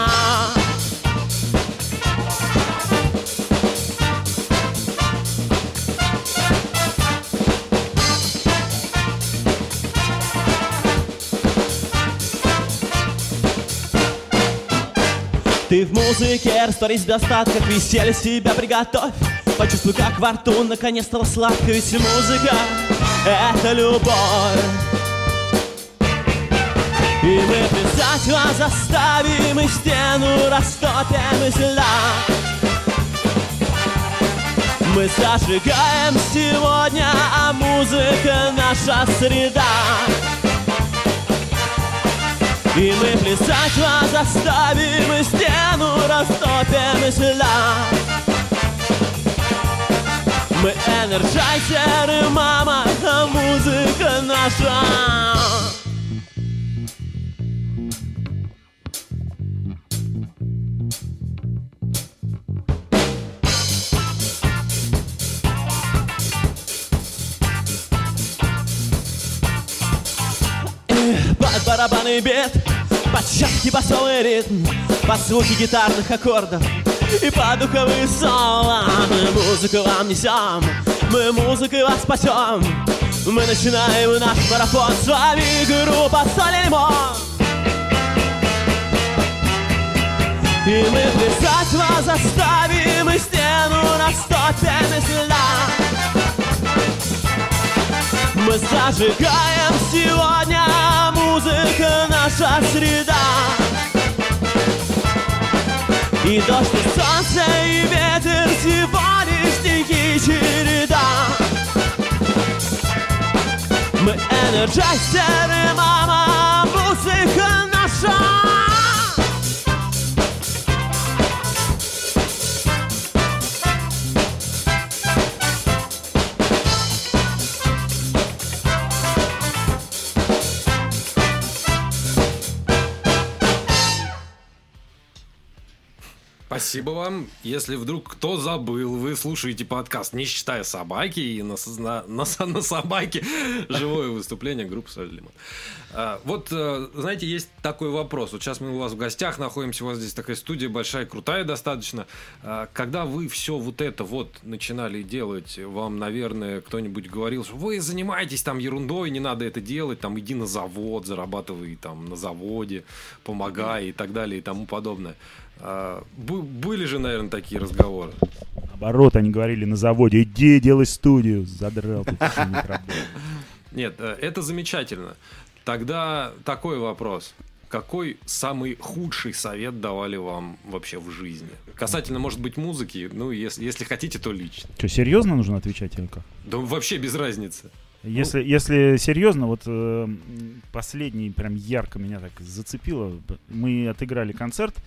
Ты в музыке растворись в достатках, веселье себя приготовь. Почувствуй, как во рту наконец стало сладко, ведь музыка — это любовь. И мы плясать вас заставим, и стену растопим из льда. Мы зажигаем сегодня, а музыка — наша среда. И мы плясать вас заставим, и стену растопим из льда. Мы энерджайзеры, мама, а музыка наша. Под барабанный бит, под четкий басовый ритм, под звуки гитарных аккордов и под духовые соло. Мы музыку вам несем, мы музыкой вас спасем. Мы начинаем наш марафон, с вами группа «Соль и лимон». И мы плясать вас заставим, и стену растопим из льда. Мы зажигаем сегодня, музыка — наша среда. И дождь, и солнце, и ветер, всего лишь стихи череда. Мы энерджайзеры, мама, музыка наша. Спасибо вам. Если вдруг кто забыл, вы слушаете подкаст «Не считая собаки», и на собаке живое выступление группы «Соль и лимон». Вот, знаете, есть такой вопрос. Вот сейчас мы у вас в гостях находимся, у вас здесь такая студия большая, крутая достаточно. Когда вы все вот это вот начинали делать, вам, наверное, кто-нибудь говорил, что вы занимаетесь там ерундой, не надо это делать, там иди на завод, зарабатывай там на заводе, помогай и так далее и тому подобное. Были же, наверное, такие разговоры. Наоборот, они говорили на заводе: иди, делай студию. Задрал тут Нет, это замечательно. Тогда такой вопрос. Какой самый худший совет давали вам вообще в жизни? Касательно, может быть, музыки, ну, если хотите, то лично. Что, серьезно нужно отвечать или как? Да вообще без разницы. Если серьезно, вот последний прям ярко меня так зацепило. Мы отыграли концерт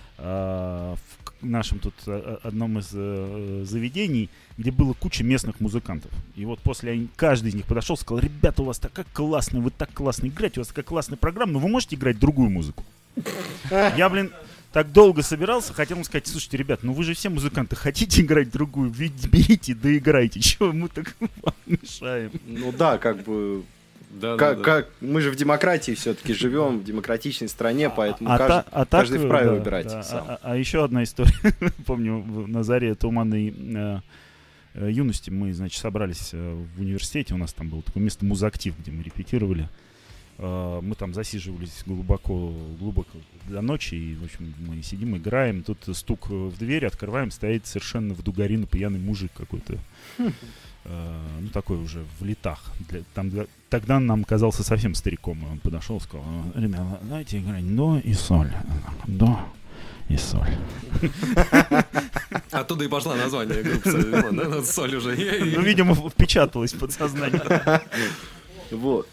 в нашем тут одном из заведений, где было куча местных музыкантов. И вот после каждый из них подошел и сказал: ребята, у вас такая классная, вы так классно играете, у вас такая классная программа, но вы можете играть другую музыку? Я, так долго собирался, хотел им сказать: слушайте, ребят, ну вы же все музыканты, хотите играть другую, берите, да играйте, чего мы так вам мешаем? Ну да, как бы... Да. Мы же в демократии все-таки живем, в демократичной стране, поэтому каждый вправе выбирать сам. А еще одна история. Помню, на заре туманной юности мы, значит, собрались в университете, у нас там было такое место музактив, где мы репетировали. Мы там засиживались глубоко до ночи, и, в общем, мы сидим, играем, тут стук в дверь, открываем, стоит совершенно в дугарину пьяный мужик какой-то. Ну, такой уже в летах. Тогда нам казался совсем стариком, и он подошел и сказал: ребята, давайте играть до и соль. До и соль. Оттуда и пошла название группы «Соль и лимон», да? Соль уже. Ну, видимо, впечаталось в подсознание. Вот.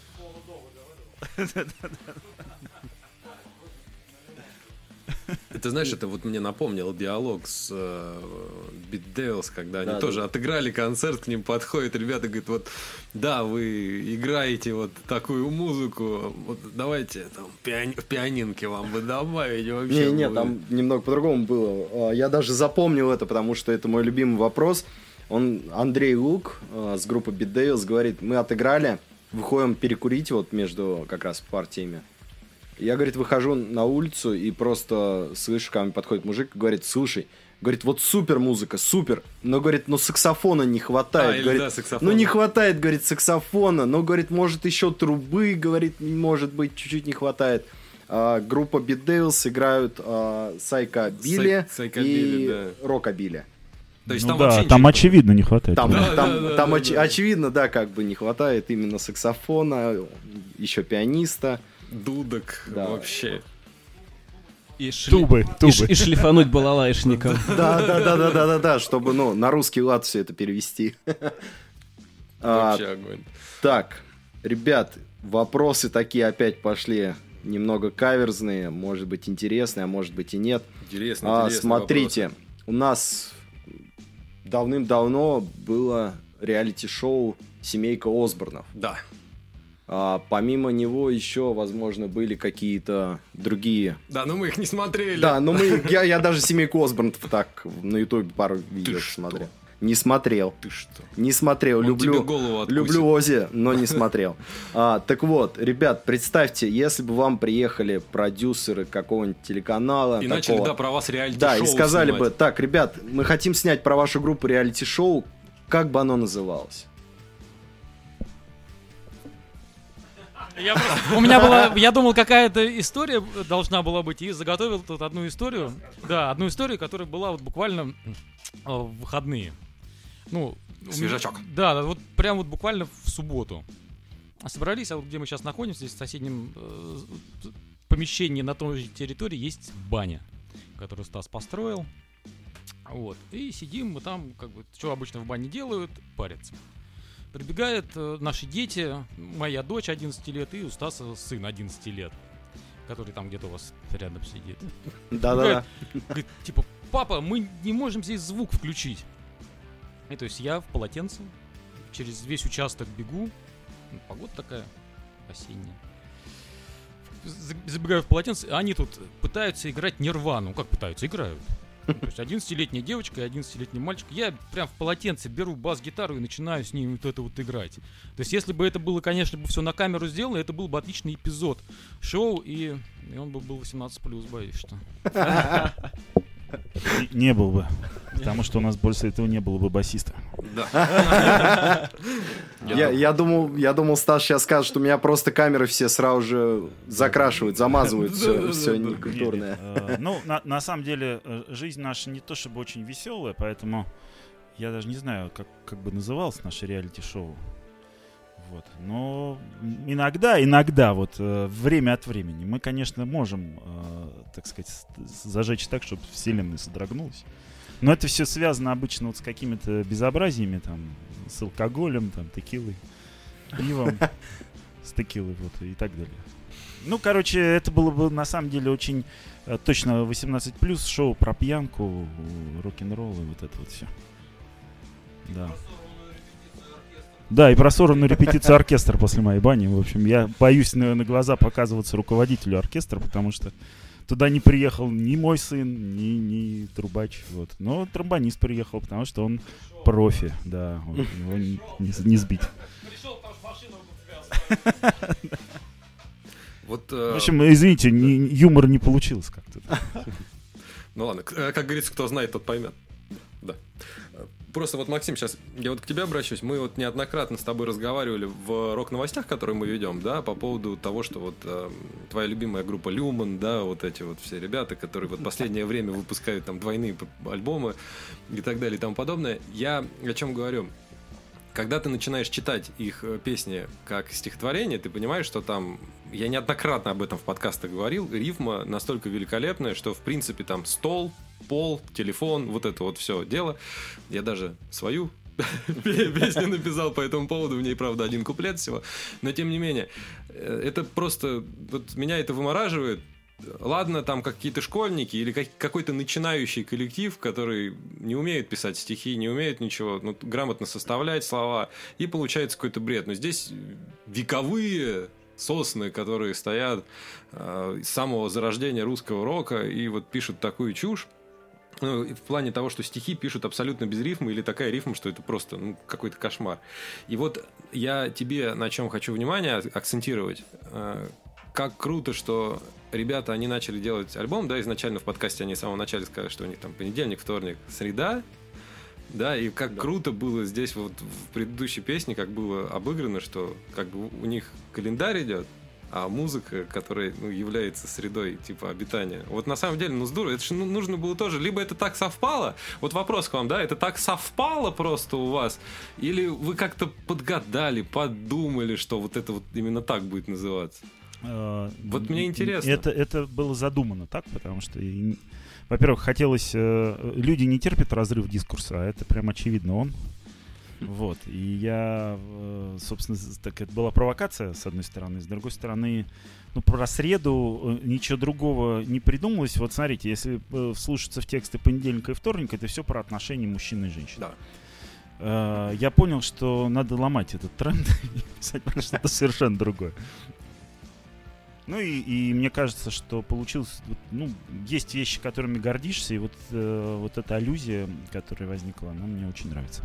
Это, знаешь, это вот мне напомнил диалог с Beat Devils, когда они Да, тоже да. отыграли концерт, к ним подходят ребята, говорят, вот, да, вы играете вот такую музыку, вот давайте там в пианинке вам бы добавить вообще. Не, будет». там немного по-другому было. Я даже запомнил это, потому что это мой любимый вопрос. Андрей Лук с группы Beat Devils говорит, мы отыграли, выходим перекурить вот между как раз партиями. Я, говорит, выхожу на улицу и просто слышу, ко мне подходит мужик и говорит, слушай, говорит, вот супер музыка, супер, но, говорит, саксофона не хватает. или Говорит, да, саксофона. не хватает, говорит, саксофона, но, говорит, может еще трубы, говорит, может быть, чуть-чуть не хватает. Группа Beat Devils играют Сайкобили Сайкобили, и да. Рокобили. То есть Ну там да, вообще там ничего- очевидно не хватает. Там, Да, там, да, там да, оч- да. очевидно, да, как бы не хватает именно саксофона, еще пианиста. дудок Да. вообще. И Тубы. и шлифануть балалайшником. Да, чтобы, на русский лад все это перевести. Вообще огонь. Так, ребят, вопросы такие опять пошли немного каверзные, может быть интересные, а может быть и нет. Интересно. Смотрите, у нас давным-давно было реалити-шоу «Семейка Осборнов». Да. Помимо него еще, возможно, были какие-то другие. Да, но мы их не смотрели. Да, но я даже «Семейку Осборнов» так на ютубе пару видео что? смотрел. Не смотрел. Ты что? Не смотрел. Он Люблю, тебе голову откусит. люблю Оззи, но не смотрел. Так вот, ребят, представьте, если бы вам приехали продюсеры какого-нибудь телеканала. И начали, такого, да, про вас реалити-шоу да, и сказали снимать. бы, так, ребят, мы хотим снять про вашу группу реалити-шоу, как бы оно называлось? У меня была, я думал, какая-то история должна была быть, и заготовил тут одну историю. Да, одну историю, которая была вот буквально в выходные. Ну, Свежачок. Да, вот прям вот буквально в субботу. Собрались, а вот где мы сейчас находимся, здесь в соседнем помещении на той же территории есть баня, которую Стас построил. Вот. И сидим мы там, как бы, что обычно в бане делают, парятся. Прибегают наши дети, моя дочь 11 лет и у Стаса сын 11 лет, который там где-то у вас рядом сидит. Да-да-да. Говорит, типа, папа, мы не можем здесь звук включить. И то есть я в полотенце через весь участок бегу. Погода такая осенняя. Забегаю в полотенце, а они тут пытаются играть Нирвану. Как пытаются? Играют. То есть 11-летняя девочка и 11-летний мальчик. Я прям в полотенце беру бас-гитару и начинаю с ними вот это вот играть. То есть если бы это было, конечно, бы все на камеру сделано, это был бы отличный эпизод шоу, и он бы был 18+, боюсь, что. Не был бы. Потому что у нас больше этого не было бы басиста. Да. Я думал, Стас сейчас скажет, что у меня просто камеры все сразу же закрашивают, замазывают все некультурное. Ну, на самом деле, жизнь наша не то чтобы очень веселая, поэтому я даже не знаю, как бы называлось наше реалити-шоу. Вот. Но иногда, вот время от времени мы, конечно, можем, так сказать, зажечь так, чтобы вселенная содрогнулась. Но это все связано обычно вот с какими-то безобразиями, там, с алкоголем, там, текилой, пивом, с текилой, вот, и так далее. Ну, короче, это было бы, на самом деле, очень точно 18+, шоу про пьянку, рок-н-ролл и вот это вот все. Да. Да, и про сорванную репетицию оркестра после моей бани. В общем, я боюсь на глаза показываться руководителю оркестра, потому что туда не приехал ни мой сын, ни трубач. Вот. Но тромбонист приехал, потому что он профи. Да, его не сбить. Вот, В общем, извините, юмор не получилось как-то. ну ладно, как говорится, кто знает, тот поймет. Да. Просто вот, Максим, сейчас я вот к тебе обращусь. Мы вот неоднократно с тобой разговаривали в рок-новостях, которые мы ведем, да, по поводу того, что вот твоя любимая группа Люман, да, вот эти вот все ребята, которые вот последнее время выпускают там двойные альбомы и так далее и тому подобное. Я о чем говорю? Когда ты начинаешь читать их песни как стихотворение, ты понимаешь, что там, я неоднократно об этом в подкастах говорил, рифма настолько великолепная, что в принципе там стол, пол, телефон, вот это вот все дело. Я даже свою песню написал по этому поводу, в ней, правда, один куплет всего, но тем не менее, это просто, вот меня это вымораживает, ладно, там какие-то школьники или какой-то начинающий коллектив, который не умеет писать стихи, не умеет ничего, ну, грамотно составлять слова, и получается какой-то бред. Но здесь вековые сосны, которые стоят с самого зарождения русского рока и вот пишут такую чушь. Ну, в плане того, что стихи пишут абсолютно без рифмы или такая рифма, что это просто какой-то кошмар. И вот я тебе на чем хочу внимание акцентировать. Как круто, что ребята, они начали делать альбом, да, изначально в подкасте они с самого начала сказали, что у них там понедельник, вторник, среда, да, и как круто было здесь вот в предыдущей песне, как было обыграно, что как бы у них календарь идет, а музыка, которая является средой типа обитания. Вот на самом деле, здорово. Это же нужно было тоже. Либо это так совпало. Вот вопрос к вам, да? Это так совпало просто у вас? Или вы как-то подгадали, подумали, что вот это вот именно так будет называться? Вот мне интересно. Это было задумано так, потому что, во-первых, хотелось... Люди не терпят разрыв дискурса, а это прям очевидно он. Вот, и я, собственно, так это была провокация, с одной стороны, с другой стороны, про среду ничего другого не придумалось. Вот смотрите, если вслушаться в тексты понедельника и вторника, это все про отношения мужчины и женщины. Да. Я понял, что надо ломать этот тренд и писать про что-то совершенно другое. Ну и мне кажется, что получилось... есть вещи, которыми гордишься, и вот эта аллюзия, которая возникла, она мне очень нравится.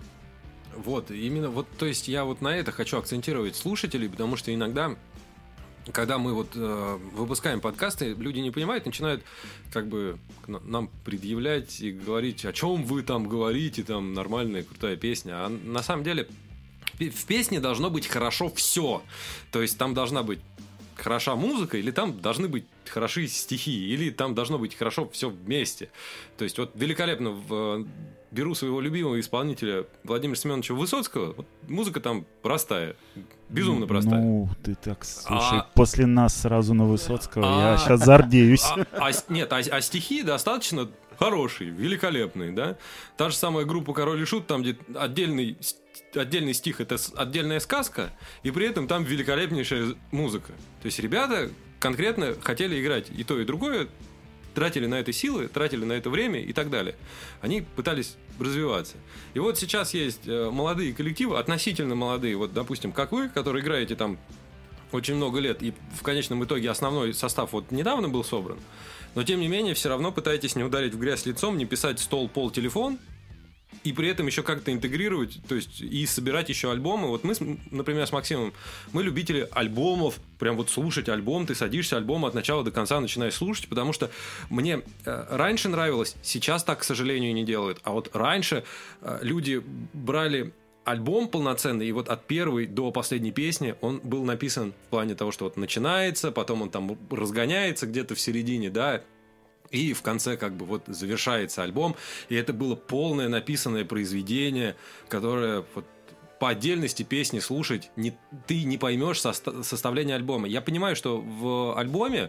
Вот, именно вот, то есть я вот на это хочу акцентировать слушателей, потому что иногда, когда мы вот выпускаем подкасты, люди не понимают, начинают как бы нам предъявлять и говорить, о чем вы там говорите, там нормальная, крутая песня. А на самом деле в песне должно быть хорошо все. То есть там должна быть хороша музыка, или там должны быть хороши стихи, или там должно быть хорошо все вместе. То есть вот великолепно беру своего любимого исполнителя Владимира Семеновича Высоцкого, вот музыка там простая, безумно простая. Ну, ты так, слушай, после нас сразу на Высоцкого, я сейчас зардеюсь. Нет, стихи достаточно хорошие, великолепные, да? Та же самая группа «Король и Шут», там, где отдельный стих — это отдельная сказка, и при этом там великолепнейшая музыка. То есть ребята конкретно хотели играть и то, и другое, тратили на это силы, тратили на это время и так далее. Они пытались развиваться. И вот сейчас есть молодые коллективы, относительно молодые, вот, допустим, как вы, которые играете там очень много лет, и в конечном итоге основной состав вот недавно был собран, но тем не менее все равно пытаетесь не ударить в грязь лицом, не писать стол, пол, телефон, и при этом еще как-то интегрировать, то есть и собирать еще альбомы. Вот мы, например, с Максимом, мы любители альбомов, прям вот слушать альбом, ты садишься, альбом от начала до конца начинаешь слушать, потому что мне раньше нравилось, сейчас так, к сожалению, не делают, а вот раньше люди брали альбом полноценный, и вот от первой до последней песни он был написан в плане того, что вот начинается, потом он там разгоняется где-то в середине, да, и в конце как бы вот завершается альбом. И это было полное написанное произведение, которое вот по отдельности песни слушать ты не поймешь составление альбома. Я понимаю, что в альбоме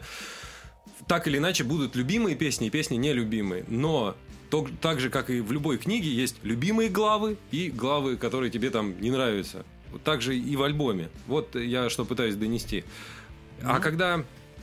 так или иначе будут любимые песни и песни нелюбимые. Но так же, как и в любой книге, есть любимые главы и главы, которые тебе там не нравятся. Так же и в альбоме. Вот я что пытаюсь донести. А когда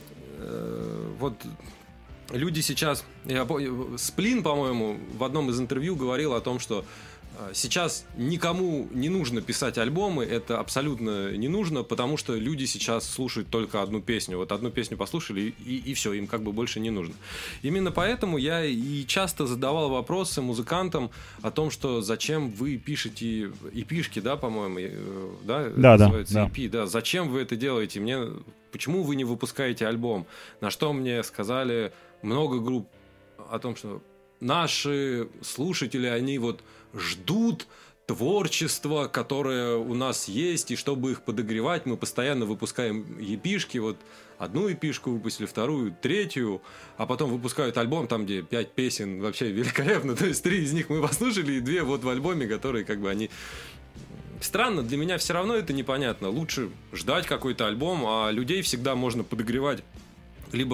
вот... Люди сейчас... Сплин, по-моему, в одном из интервью говорил о том, что сейчас никому не нужно писать альбомы, это абсолютно не нужно, потому что люди сейчас слушают только одну песню. Вот одну песню послушали, и все, им как бы больше не нужно. Именно поэтому я и часто задавал вопросы музыкантам о том, что зачем вы пишете EP-шки, да, по-моему, да? Называется EP, да. Зачем вы это делаете? Почему вы не выпускаете альбом? На что мне сказали много групп о том, что наши слушатели, они вот ждут творчества, которое у нас есть, и чтобы их подогревать, мы постоянно выпускаем EP-шки, вот одну EP-шку выпустили, вторую, третью, а потом выпускают альбом, там, где 5 песен, вообще великолепно, то есть 3 из них мы послушали, и 2 вот в альбоме, которые как бы они... Странно, для меня все равно это непонятно. Лучше ждать какой-то альбом, а людей всегда можно подогревать либо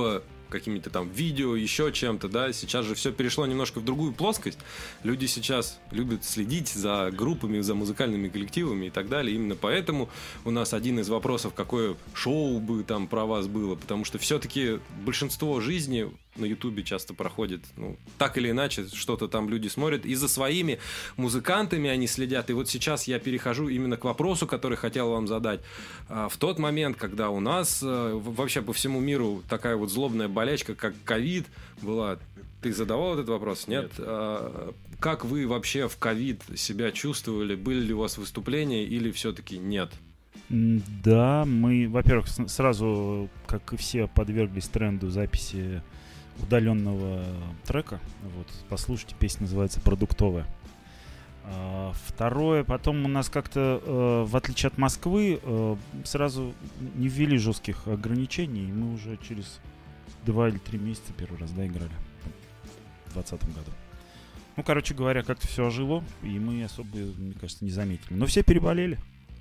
какими-то там видео, еще чем-то, да, сейчас же все перешло немножко в другую плоскость. Люди сейчас любят следить за группами, за музыкальными коллективами и так далее. Именно поэтому у нас один из вопросов, какое шоу бы там про вас было, потому что все-таки большинство жизни на Ютубе часто проходит, ну, так или иначе, что-то там люди смотрят, и за своими музыкантами они следят. И вот сейчас я перехожу именно к вопросу, который хотел вам задать. В тот момент, когда у нас вообще по всему миру такая вот злобная болячка, как ковид была, ты задавал этот вопрос? Нет? Как вы вообще в ковид себя чувствовали? Были ли у вас выступления или все-таки нет? Да, мы, во-первых, сразу, как и все, подверглись тренду записи удаленного трека. Вот, послушайте, песня называется «Продуктовая». Второе, потом у нас как-то, в отличие от Москвы, сразу не ввели жестких ограничений. Мы уже через 2 или 3 месяца первый раз, да, играли в 2020 году. Ну, короче говоря, как-то все ожило, и мы особо, мне кажется, не заметили. Но все переболели.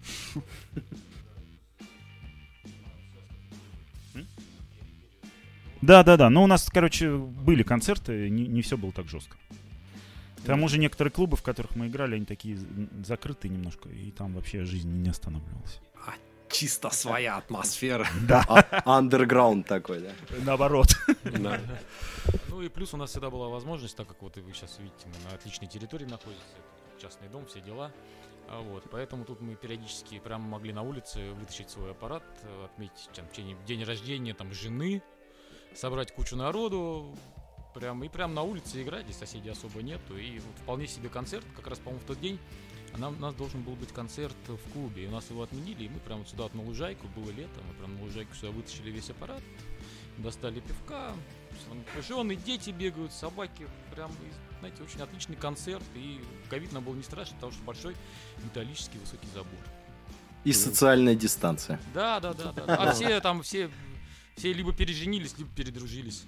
Да. Ну, у нас, короче, были концерты, не все было так жестко. К тому же некоторые клубы, в которых мы играли, они такие закрытые немножко, и там вообще жизнь не останавливалась. Чисто своя атмосфера. Да. Андерграунд такой, да? Наоборот. Да. Ну и плюс у нас всегда была возможность, так как вот вы сейчас видите, мы на отличной территории находимся, частный дом, все дела. Вот, поэтому тут мы периодически прямо могли на улице вытащить свой аппарат, отметить там, день рождения там, жены, собрать кучу народу, прям на улице играть, здесь соседей особо нету. И вот вполне себе концерт, как раз, по-моему, в тот день у нас должен был быть концерт в клубе, и у нас его отменили, и мы прямо сюда вот на лужайку, было лето, мы прям на лужайку сюда вытащили весь аппарат, достали пивка, жены, дети бегают, собаки, прям, знаете, очень отличный концерт, и ковид нам был не страшно, потому что большой металлический высокий забор. И социальная дистанция. Да. А все либо переженились, либо передружились.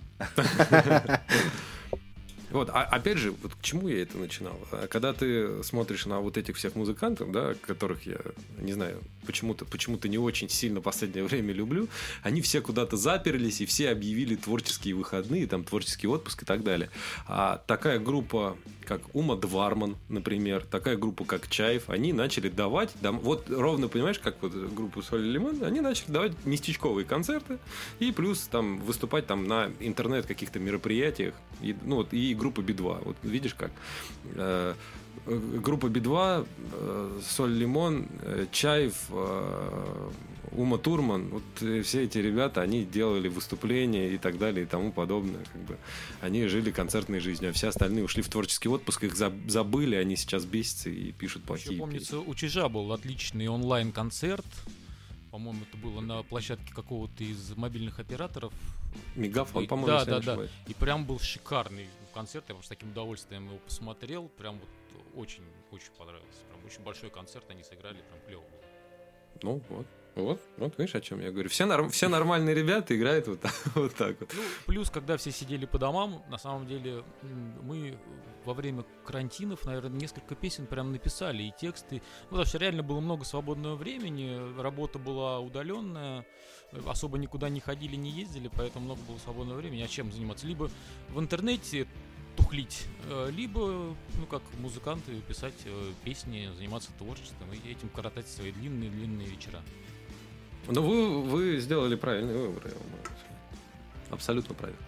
Вот, опять же, вот к чему я это начинал? Когда ты смотришь на вот этих всех музыкантов, да, которых я, не знаю, почему-то не очень сильно в последнее время люблю, они все куда-то заперлись, и все объявили творческие выходные, там, творческий отпуск и так далее. А такая группа, как Ума Дварман, например, такая группа, как Чайф, они начали давать, вот ровно, понимаешь, как вот группу Соль и Лимон, они начали давать местечковые концерты, и плюс там выступать там на интернет каких-то мероприятиях, и, ну, вот, и группа Би-2. Вот видишь как? Группа Би-2, Соль Лимон, Чайф, Ума Турман, вот все эти ребята, они делали выступления и так далее и тому подобное. Как бы. Они жили концертной жизнью, а все остальные ушли в творческий отпуск, их забыли, они сейчас бесятся и пишут плохие. Еще, помнится, у Чижа был отличный онлайн-концерт. По-моему, это было на площадке какого-то из мобильных операторов. Мегафон, по-моему, да. И прям был шикарный концерт. Я просто с таким удовольствием его посмотрел. Прям вот очень понравился. Прям очень большой концерт они сыграли, прям клево было. Ну, вот, видишь, о чем я говорю. Все нормальные ребята играют вот так вот. Ну, плюс, когда все сидели по домам, на самом деле мы во время карантинов, наверное, несколько песен прям написали, и тексты. Ну, потому что реально было много свободного времени, работа была удаленная, особо никуда не ходили, не ездили, поэтому много было свободного времени. А чем заниматься? Либо в интернете тухлить, либо, ну, как музыканты, писать песни, заниматься творчеством и этим коротать свои длинные вечера. Но вы сделали правильный выбор. Абсолютно правильно.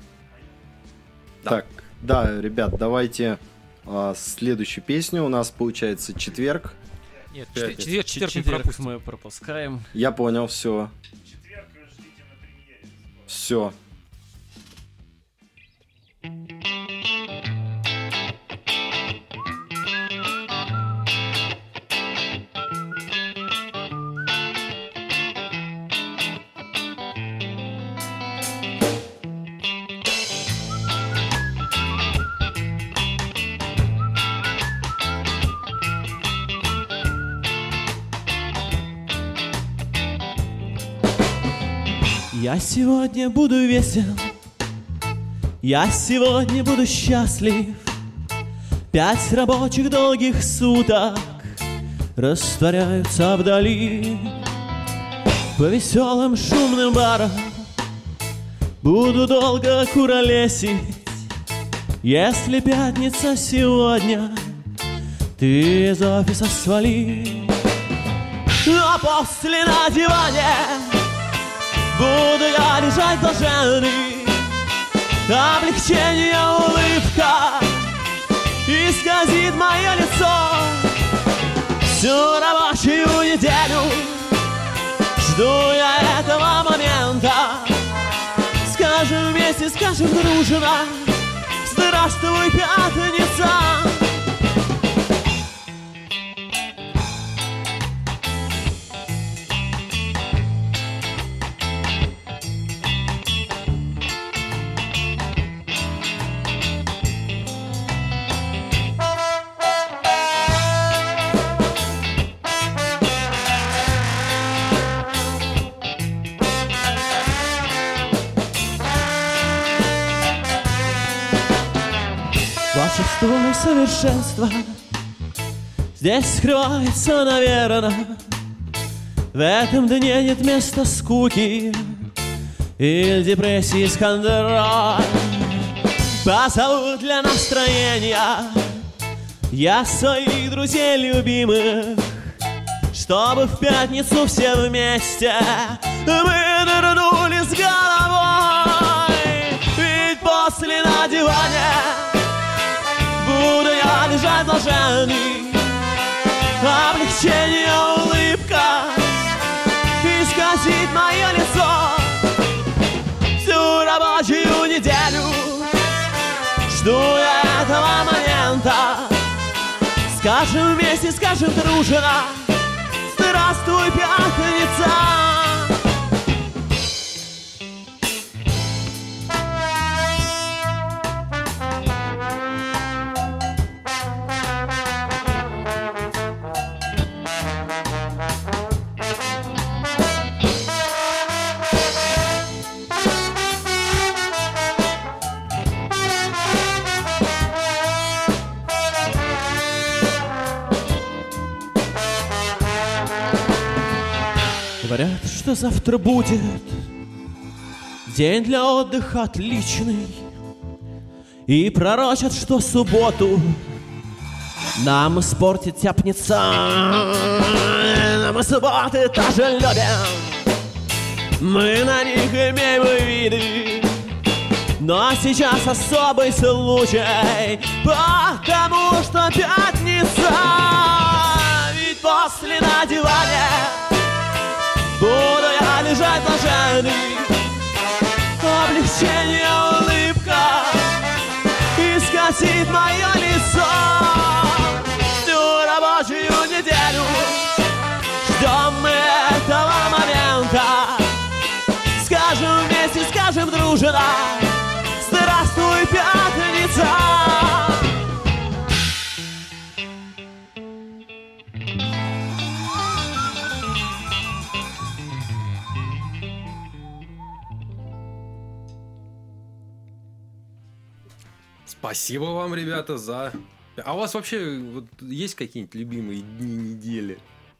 Так, да, ребят, давайте следующую песню. У нас получается четверг. Нет, четверг мы пропускаем. Я понял, все. Четверг ждите на премьере. Все. Я сегодня буду весел, я сегодня буду счастлив. 5 рабочих долгих суток растворяются вдали. По веселым шумным барам Буду долго куролесить, если пятница сегодня, ты из офиса свали. А после на диване буду я лежать блаженный, облегчение, улыбка исказит мое лицо. Всю рабочую неделю жду я этого момента. Скажем вместе, скажем дружно: здравствуй, пятница. Волшебство и совершенство здесь скрывается, наверное. В этом дне нет места скуки или депрессии с хандрой. Позову для настроения я своих друзей любимых, чтобы в пятницу все вместе мы нырнули с головой. Ведь после на диване буду я лежать блаженный, облегчение, улыбка исказит мое лицо. Всю рабочую неделю жду я этого момента. Скажем вместе, скажем дружно: здравствуй, пятница. Говорят, что завтра будет день для отдыха отличный, и пророчат, что субботу нам испортит тяпница. Но мы субботы тоже любим, мы на них имеем виды. Но сейчас особый случай, потому что пятница. Ведь после на диване буду я лежать блаженный, облегчение, улыбка исказит мое лицо. Всю рабочую неделю ждем мы этого момента. Скажем вместе, скажем дружно: здравствуй, пятница. Спасибо вам, ребята, за... А у вас вообще вот есть какие-нибудь любимые дни недели?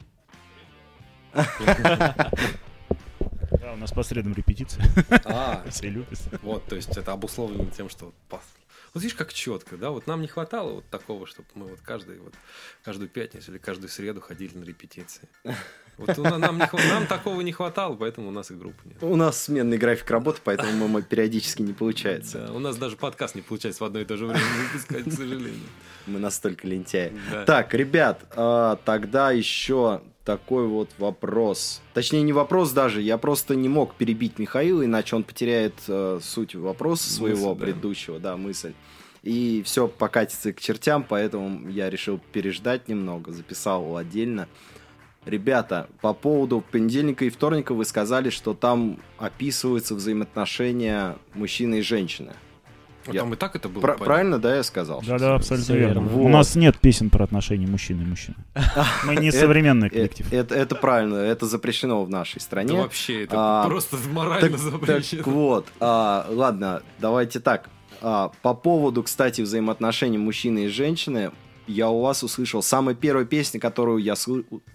Да, у нас по средам репетиция. Все любят. Вот, то есть это обусловлено тем, что... Вот видишь, как четко, да? Вот нам не хватало вот такого, чтобы мы вот каждую пятницу или каждую среду ходили на репетиции. Вот нам такого не хватало, поэтому у нас и группы нет. У нас сменный график работы, поэтому мы периодически не получается. Да, у нас даже подкаст не получается в одно и то же время выпускать, к сожалению. Мы настолько лентяи. Да. Так, ребят, тогда еще такой вот вопрос. Точнее, не вопрос даже, я просто не мог перебить Михаила, иначе он потеряет суть вопроса своего предыдущего, да, мысль. И все покатится к чертям, поэтому я решил переждать немного, записал отдельно. Ребята, по поводу понедельника и вторника вы сказали, что там описываются взаимоотношения мужчины и женщины. Там и так это было. Правильно, да, я сказал? Да, абсолютно верно. Вот. У нас нет песен про отношения мужчины и мужчины. Мы не современный коллектив. Это правильно, это запрещено в нашей стране. Да вообще, это просто морально запрещено. Так вот, ладно, давайте так. По поводу, кстати, взаимоотношений мужчины и женщины, я у вас услышал. Самая первая песня, которую я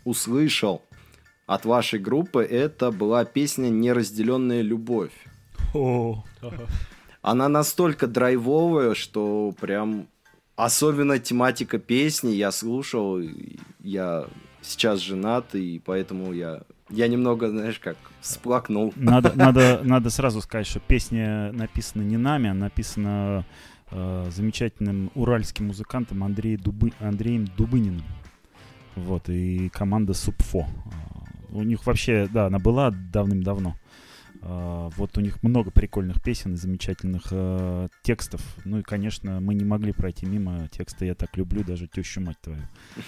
услышал от вашей группы, это была песня «Неразделенная любовь». О, Она настолько драйвовая, что прям... Особенно тематика песни я слушал, я сейчас женат, и поэтому я немного, знаешь, как всплакнул. надо сразу сказать, что песня написана не нами, а написана замечательным уральским музыкантом Андреем Дубыниным. Вот, и команда Субфо. У них вообще, да, она была давным-давно. Вот у них много прикольных песен и замечательных текстов. Ну и, конечно, мы не могли пройти мимо текста «Я так люблю даже тещу мать твою».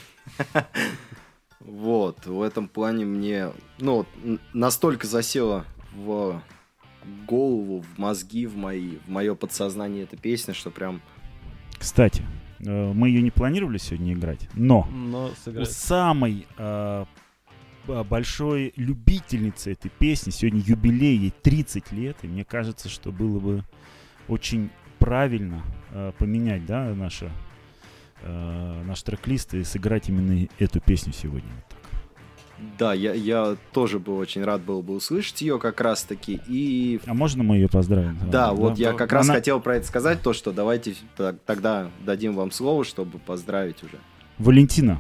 Вот, в этом плане мне, настолько засело в голову, в мозги, в мое подсознание эта песня, что прям... Кстати, мы ее не планировали сегодня играть, но у сыграть. самой большой любительницы этой песни сегодня юбилей, ей 30 лет, и мне кажется, что было бы очень правильно поменять, да, наш трек-лист и сыграть именно эту песню сегодня. Вот так. Да, я тоже бы очень рад был бы услышать ее как раз-таки. И... А можно мы ее поздравим? Да, вот я как раз хотел про это сказать, то, что давайте тогда дадим вам слово, чтобы поздравить уже. Валентина.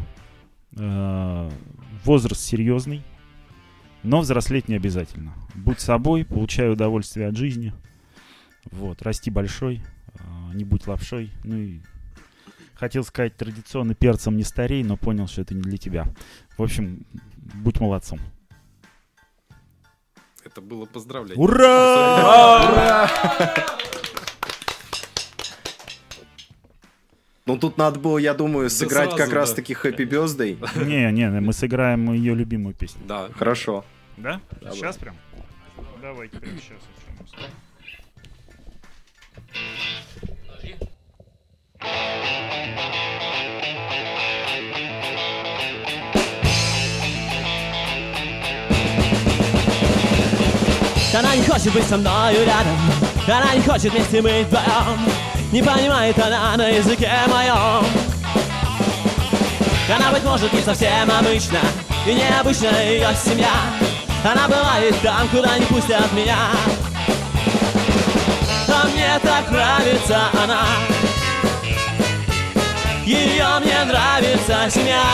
Возраст серьезный, но взрослеть не обязательно. Будь собой, получай удовольствие от жизни. Вот, расти большой, не будь лапшой. Ну и хотел сказать традиционно перцем не старей, но понял, что это не для тебя. В общем, будь молодцом. Это было поздравление. Ура! Ну, тут надо было, я думаю, сыграть сразу, как да. раз-таки Happy Birthday. Не, мы сыграем ее любимую песню. Да. Хорошо. Да? Давай. Сейчас прям? Давайте прямо сейчас. Она не хочет быть со мною рядом, она не хочет вместе быть вдвоем. Не понимает она на языке моем. Она, быть может, не совсем обычна, и необычна ее семья. Она бывает там, куда не пустят меня. А мне так нравится она, ее мне нравится семья.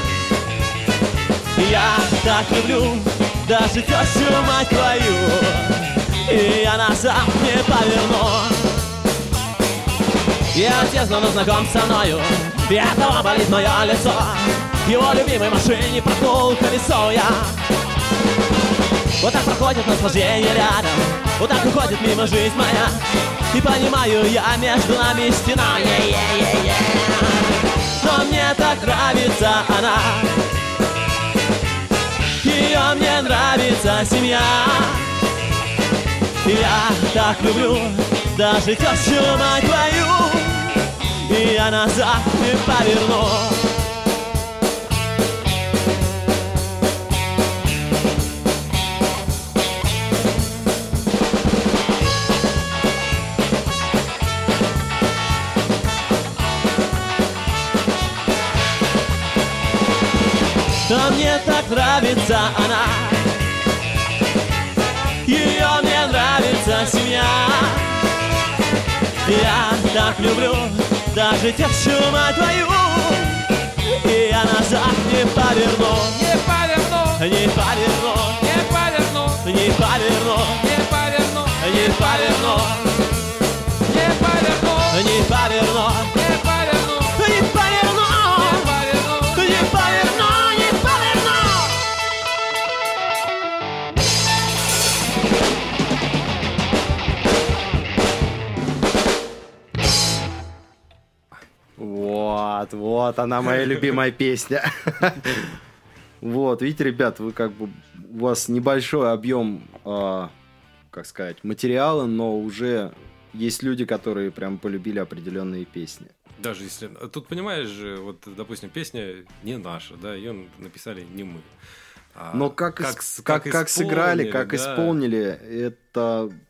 Я так люблю даже тещу мать твою, и я назад не поверну. И отец давно знаком со мною, и от того болит мое лицо. В его любимой машине проткнул колесо я. Вот так проходит наслаждение рядом, вот так уходит мимо жизнь моя. И понимаю я, между нами стена. Но мне так нравится она, ее мне нравится семья. Я так люблю даже тещу мать твою, и я назад не поверну. А мне так нравится она, ее мне нравится семья. Я так люблю даже тещу мать твою, и я назад не поверну. Не поверну, Не поверну, не поверну, не поверну, не поверну, не поверну, не поверну, не поверну, не поверну, не поверну, не поверну. не поверну, не поверну. Вот она моя любимая песня. Вот, видите, ребят, вы как бы, у вас небольшой объем, как сказать, материала, но уже есть люди, которые прям полюбили определенные песни. Даже если... Тут, понимаешь же, вот, допустим, песня не наша, да, ее написали не мы. Но как сыграли, как да. исполнили, это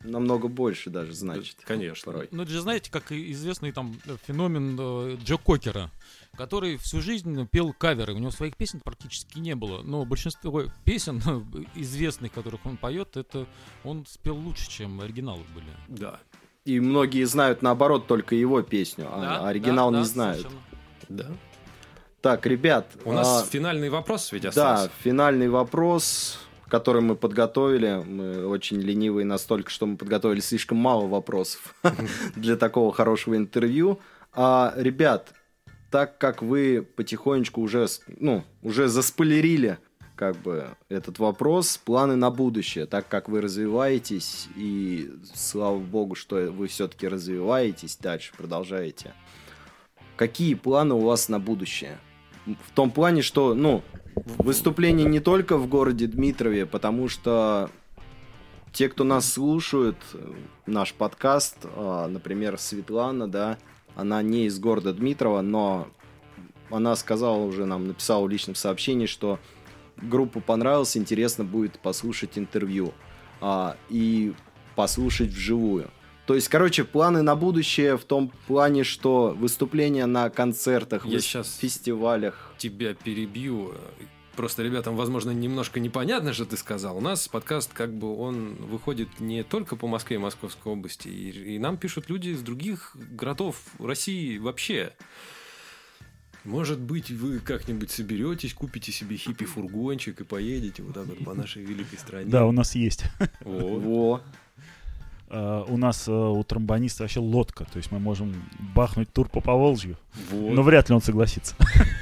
намного больше даже значит. Конечно. Порой. Ну, это же, знаете, как и известный там феномен Джо Кокера, который всю жизнь пел каверы. У него своих песен практически не было. Но большинство песен известных, которых он поет, это он спел лучше, чем оригиналы были. Да. И многие знают, наоборот, только его песню, а оригинал не знают. совершенно. Да. Так, ребят. У нас финальный вопрос ведь Да, остался. финальный вопрос, который мы подготовили. Мы очень ленивые настолько, что мы подготовили слишком мало вопросов для такого хорошего интервью. Ребят, так как вы потихонечку уже заспойлерили как бы этот вопрос, планы на будущее, так как вы развиваетесь, и слава богу, что вы все-таки развиваетесь дальше, продолжаете. Какие планы у вас на будущее? В том плане, что, выступление не только в городе Дмитрове, потому что те, кто нас слушают, наш подкаст, например, Светлана, да, она не из города Дмитрова, но она сказала уже, нам написала в личном сообщении, что группу понравилось, интересно будет послушать интервью и послушать вживую. То есть, короче, планы на будущее в том плане, что выступления на концертах, Я сейчас фестивалях. тебя перебью. Просто ребятам, возможно, немножко непонятно, что ты сказал. У нас подкаст, как бы, он выходит не только по Москве и Московской области. И нам пишут люди из других городов России вообще. Может быть, вы как-нибудь соберетесь, купите себе хиппи-фургончик и поедете вот так вот по нашей великой стране. Да, у нас есть. Во. У нас у тромбониста вообще лодка, то есть мы можем бахнуть тур по Поволжью, Вот. но вряд ли он согласится.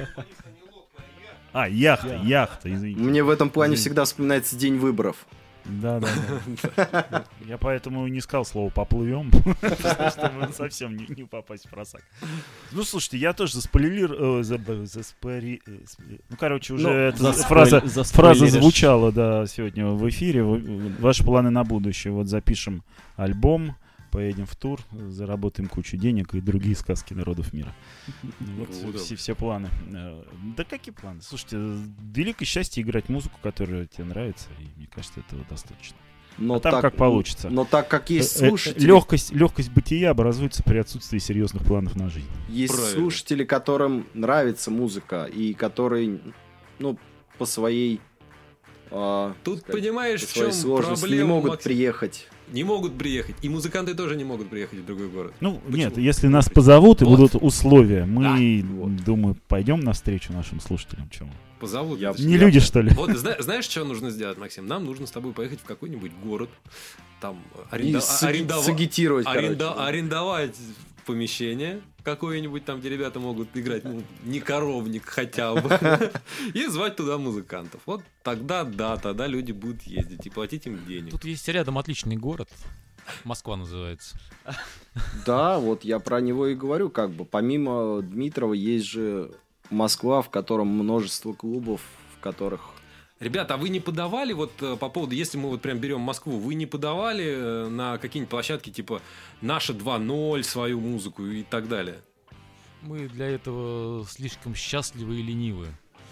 Яхта, извините. Мне в этом плане Извините. всегда вспоминается день выборов. Да. Я поэтому не сказал слово «поплывем», чтобы совсем не попасть в просак. Ну, слушайте, я тоже заспойлерил... Ну, короче, уже эта фраза звучала, да, сегодня в эфире. Ваши планы на будущее. Вот запишем альбом, поедем в тур, заработаем кучу денег и другие сказки народов мира. Вот все планы. Да какие планы? Слушайте, великое счастье играть музыку, которая тебе нравится, и мне кажется, этого достаточно. Но там как получится. Но так как есть слушатели... Легкость бытия образуется при отсутствии серьезных планов на жизнь. Есть Правильно. слушатели, которым нравится музыка, и которые, по своей... Тут понимаешь, по в своей чем сложности проблема, не могут Максим? приехать. Не могут приехать. И музыканты тоже не могут приехать в другой город. Ну, Почему? нет, если нас позовут и Вот. будут условия, мы, вот. думаю, пойдем навстречу нашим слушателям. Чему? Позовут. Я- Не люди, что ли? Вот знаешь, что нужно сделать, Максим? Нам нужно с тобой поехать в какой-нибудь город, там И сагитировать, короче. арендовать помещение какое-нибудь там, где ребята могут играть, не коровник хотя бы, и звать туда музыкантов. Вот тогда люди будут ездить и платить им денег. Тут есть рядом отличный город. Москва называется. Да, вот я про него и говорю, как бы. Помимо Дмитрова есть же Москва, в котором множество клубов, в которых... Ребята, а вы не подавали вот по поводу, если мы вот прям берем Москву, вы не подавали на какие-нибудь площадки типа «Наша 2.0» свою музыку и так далее? Мы для этого слишком счастливы и ленивы.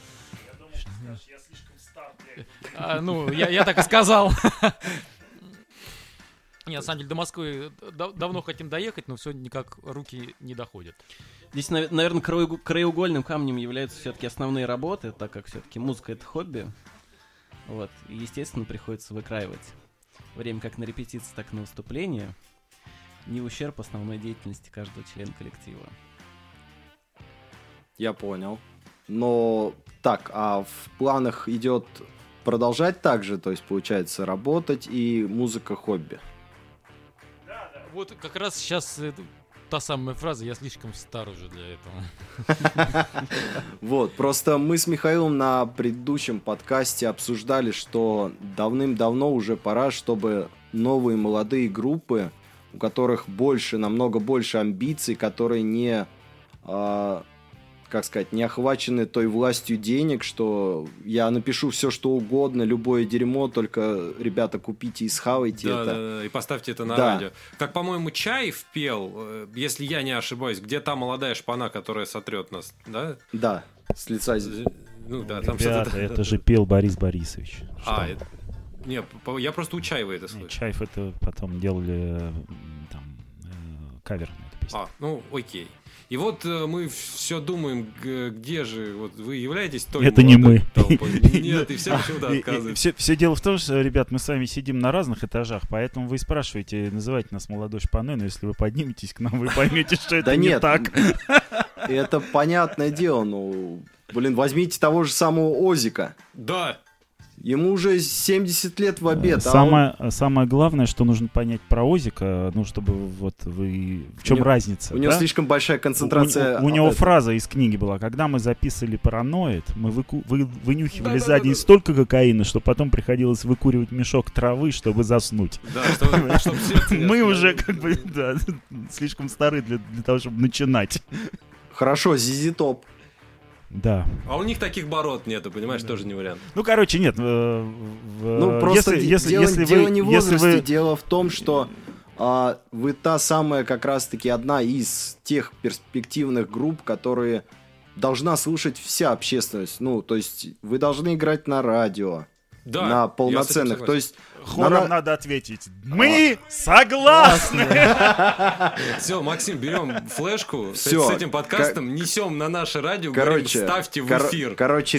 Я так и сказал. Не, на самом деле, до Москвы давно хотим доехать, но все никак руки не доходят. Здесь, наверное, краеугольным камнем являются все-таки основные работы, так как все-таки музыка — это хобби. Вот. И, естественно, приходится выкраивать время как на репетиции, так и на выступление, не в ущерб основной деятельности каждого члена коллектива. Я понял. Но так, а в планах идет продолжать так же, то есть, получается, работать и музыка хобби? Вот как раз сейчас та самая фраза «я слишком стар уже для этого». Вот, просто мы с Михаилом на предыдущем подкасте обсуждали, что давным-давно уже пора, чтобы новые молодые группы, у которых намного больше амбиций, которые не, не охвачены той властью денег, что я напишу все, что угодно, любое дерьмо, только, ребята, купите и схавайте это. Да, и поставьте это на Да. радио. Как, по-моему, Чаев пел, если я не ошибаюсь, где та молодая шпана, которая сотрет нас, да? Да, с лица... Ну да, там Ребята, что-то... это же пел Борис Борисович. А, Что? это... Не, я просто у Чаева это слышал. Чайф это потом делали там кавер на эту песню. Ну окей. И вот мы все думаем, где же вот вы являетесь той Это не мы. толпой. Нет, и все почему-то отказываются. Все дело в том, что, ребят, мы с вами сидим на разных этажах, поэтому вы спрашиваете, называйте нас молодой шпаной, но если вы подниметесь к нам, вы поймете, что это не так. Это понятное дело, ну, блин, возьмите того же самого Озика. Да. Ему уже 70 лет в обед. Самое главное, что нужно понять про Озика, ну, чтобы вот вы... В чем разница? У него слишком большая концентрация... У него фраза из книги была: когда мы записывали «Параноид», мы вынюхивали за день столько кокаина, что потом приходилось выкуривать мешок травы, чтобы заснуть. Да, чтобы сердце не Мы уже остановилось. слишком стары для того, чтобы начинать. Хорошо, ZZ Top. Да. А у них таких бород нету, понимаешь, тоже не вариант. Ну, короче, нет. Ну, просто дело не в возрасте, дело в том, что вы та самая, как раз-таки, одна из тех перспективных групп, которые должна слушать вся общественность. Ну, то есть, вы должны играть на радио. Да, на полноценных. То есть, хором надо ответить: мы согласны! Все, Максим, берем флешку с Всё. этим подкастом, несем на наше радио, говорим, ставьте в эфир. Короче,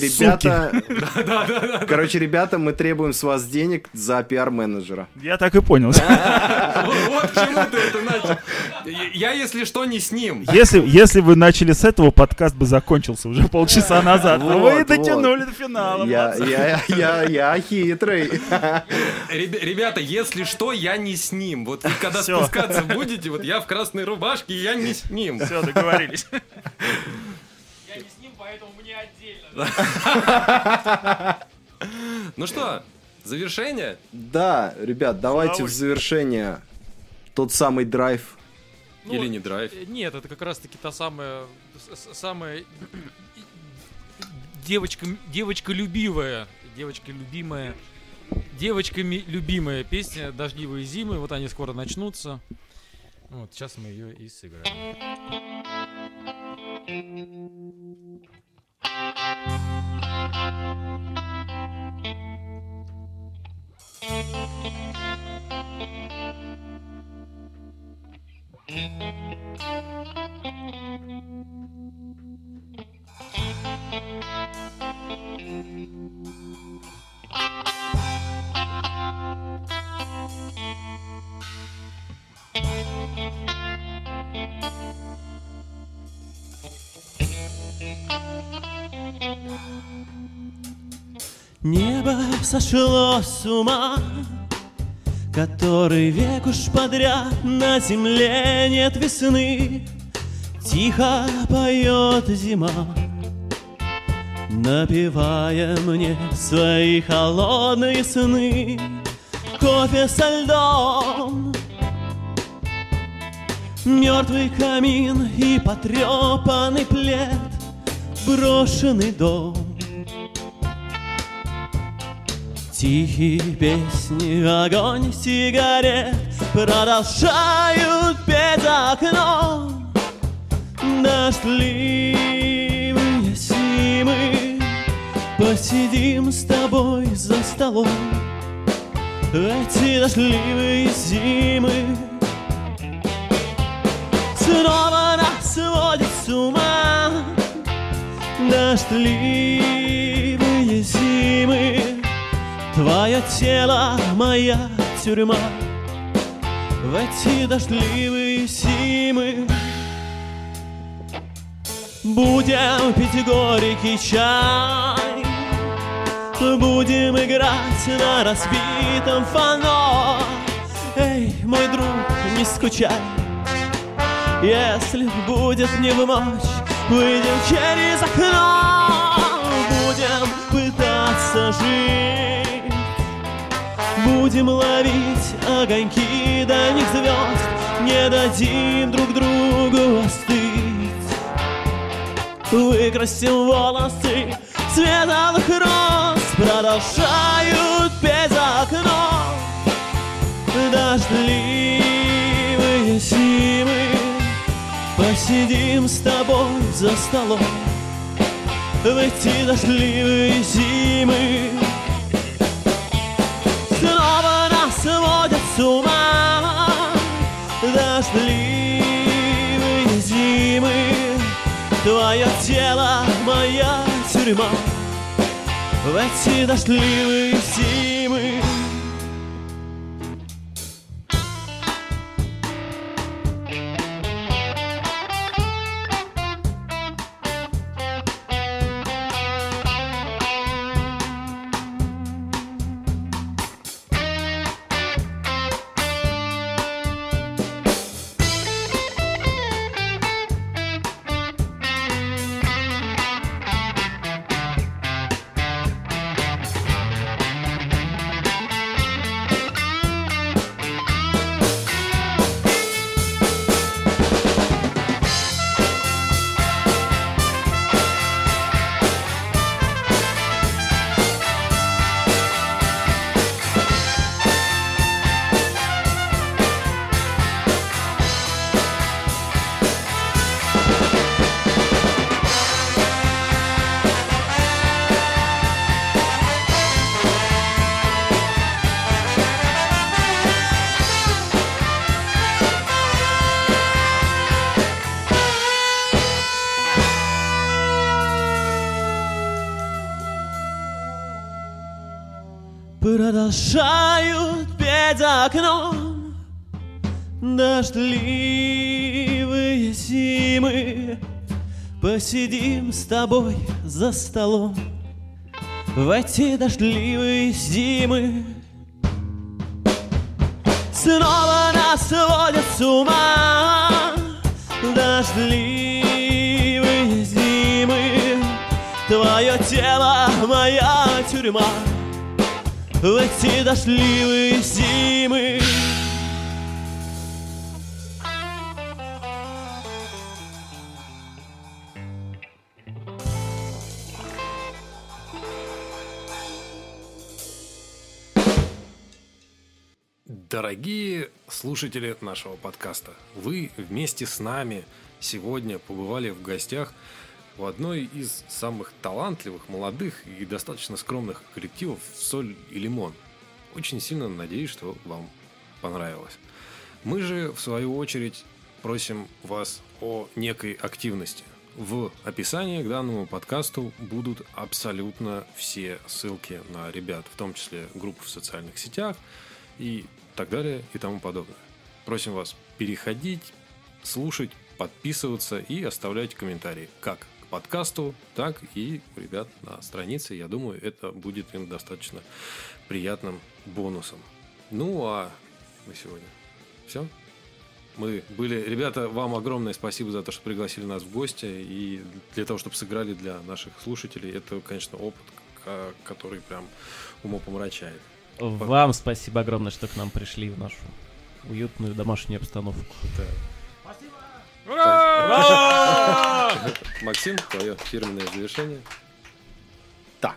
ребята, мы требуем с вас денег за пиар-менеджера. Я так и понял. Вот к чему ты это начал. Я, если что, не с ним. Если вы начали с этого, подкаст бы закончился уже полчаса назад. Но вы Вот, дотянули до финала. Я хитрый. Ребята, если что, я не с ним. Вот вы когда Всё. спускаться будете, вот я в красной рубашке, я не с ним. Все, договорились. Я не с ним, поэтому мне отдельно. Ну что, завершение? Да, ребят, давайте в завершение тот самый драйв. Ну, Или не драйв? Нет, это как раз-таки та самая девочка любимая, девочками любимая песня «Дождливые зимы». Вот они скоро начнутся. Вот, сейчас мы ее и сыграем. Небо сошло с ума, который век уж подряд на земле нет весны. Тихо поет зима, напевая мне свои холодные сны. Кофе со льдом, мертвый камин и потрепанный плед, брошенный дом. Тихие песни, огонь сигарет продолжают петь за окном. Дождливые зимы, посидим с тобой за столом. Эти дождливые зимы снова нас сводят с ума. Дождливые зимы, твое тело, моя тюрьма. В эти дождливые зимы будем пить горький чай, будем играть на разбитом фано. Эй, мой друг, не скучай, если будет не в ночь, выйдем через окно. Будем пытаться жить, будем ловить огоньки дальних звезд, не дадим друг другу остыть. Выкрасим волосы цвета роз, продолжают петь за окном. Дождливые зимы, посидим с тобой за столом. В эти дождливые зимы Снова нас сводят с ума дождливые зимы. Твое тело, моя тюрьма в эти дождливые зимы. Продолжают петь за окном дождливые зимы. Посидим с тобой за столом в эти дождливые зимы. Снова нас сводят с ума дождливые зимы. Твое тело, моя тюрьма в эти дождливые зимы. Дорогие слушатели нашего подкаста, вы вместе с нами сегодня побывали в гостях в одной из самых талантливых, молодых и достаточно скромных коллективов «Соль и лимон». Очень сильно надеюсь, что вам понравилось. Мы же, в свою очередь, просим вас о некой активности. В описании к данному подкасту будут абсолютно все ссылки на ребят, в том числе группы в социальных сетях и так далее и тому подобное. Просим вас переходить, слушать, подписываться и оставлять комментарии как к подкасту, так и у ребят на странице. Я думаю, это будет им достаточно приятным бонусом. Ну, а на сегодня все. Мы были... Ребята, вам огромное спасибо за то, что пригласили нас в гости и для того, чтобы сыграли для наших слушателей. Это, конечно, опыт, который прям умопомрачает. Вам спасибо огромное, что к нам пришли в нашу уютную домашнюю обстановку. Ура! Максим, твое фирменное завершение. Так.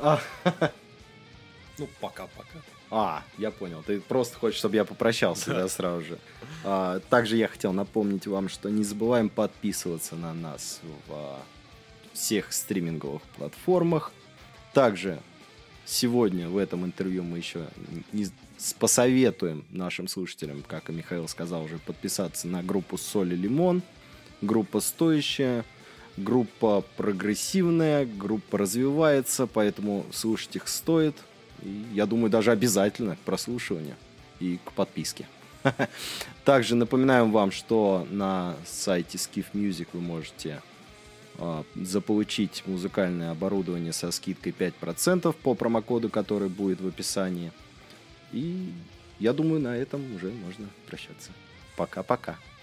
Ну, пока-пока. Я понял. Ты просто хочешь, чтобы я попрощался, да, сразу же. Также я хотел напомнить вам, что не забываем подписываться на нас в всех стриминговых платформах. Также сегодня в этом интервью мы еще посоветуем нашим слушателям, как и Михаил сказал, уже подписаться на группу «Соль и лимон». Группа стоящая, группа прогрессивная, группа развивается, поэтому слушать их стоит. И, я думаю, даже обязательно к прослушиванию и к подписке. Также напоминаем вам, что на сайте Skiff Music вы можете заполучить музыкальное оборудование со скидкой 5% по промокоду, который будет в описании. И я думаю, на этом уже можно прощаться. Пока-пока.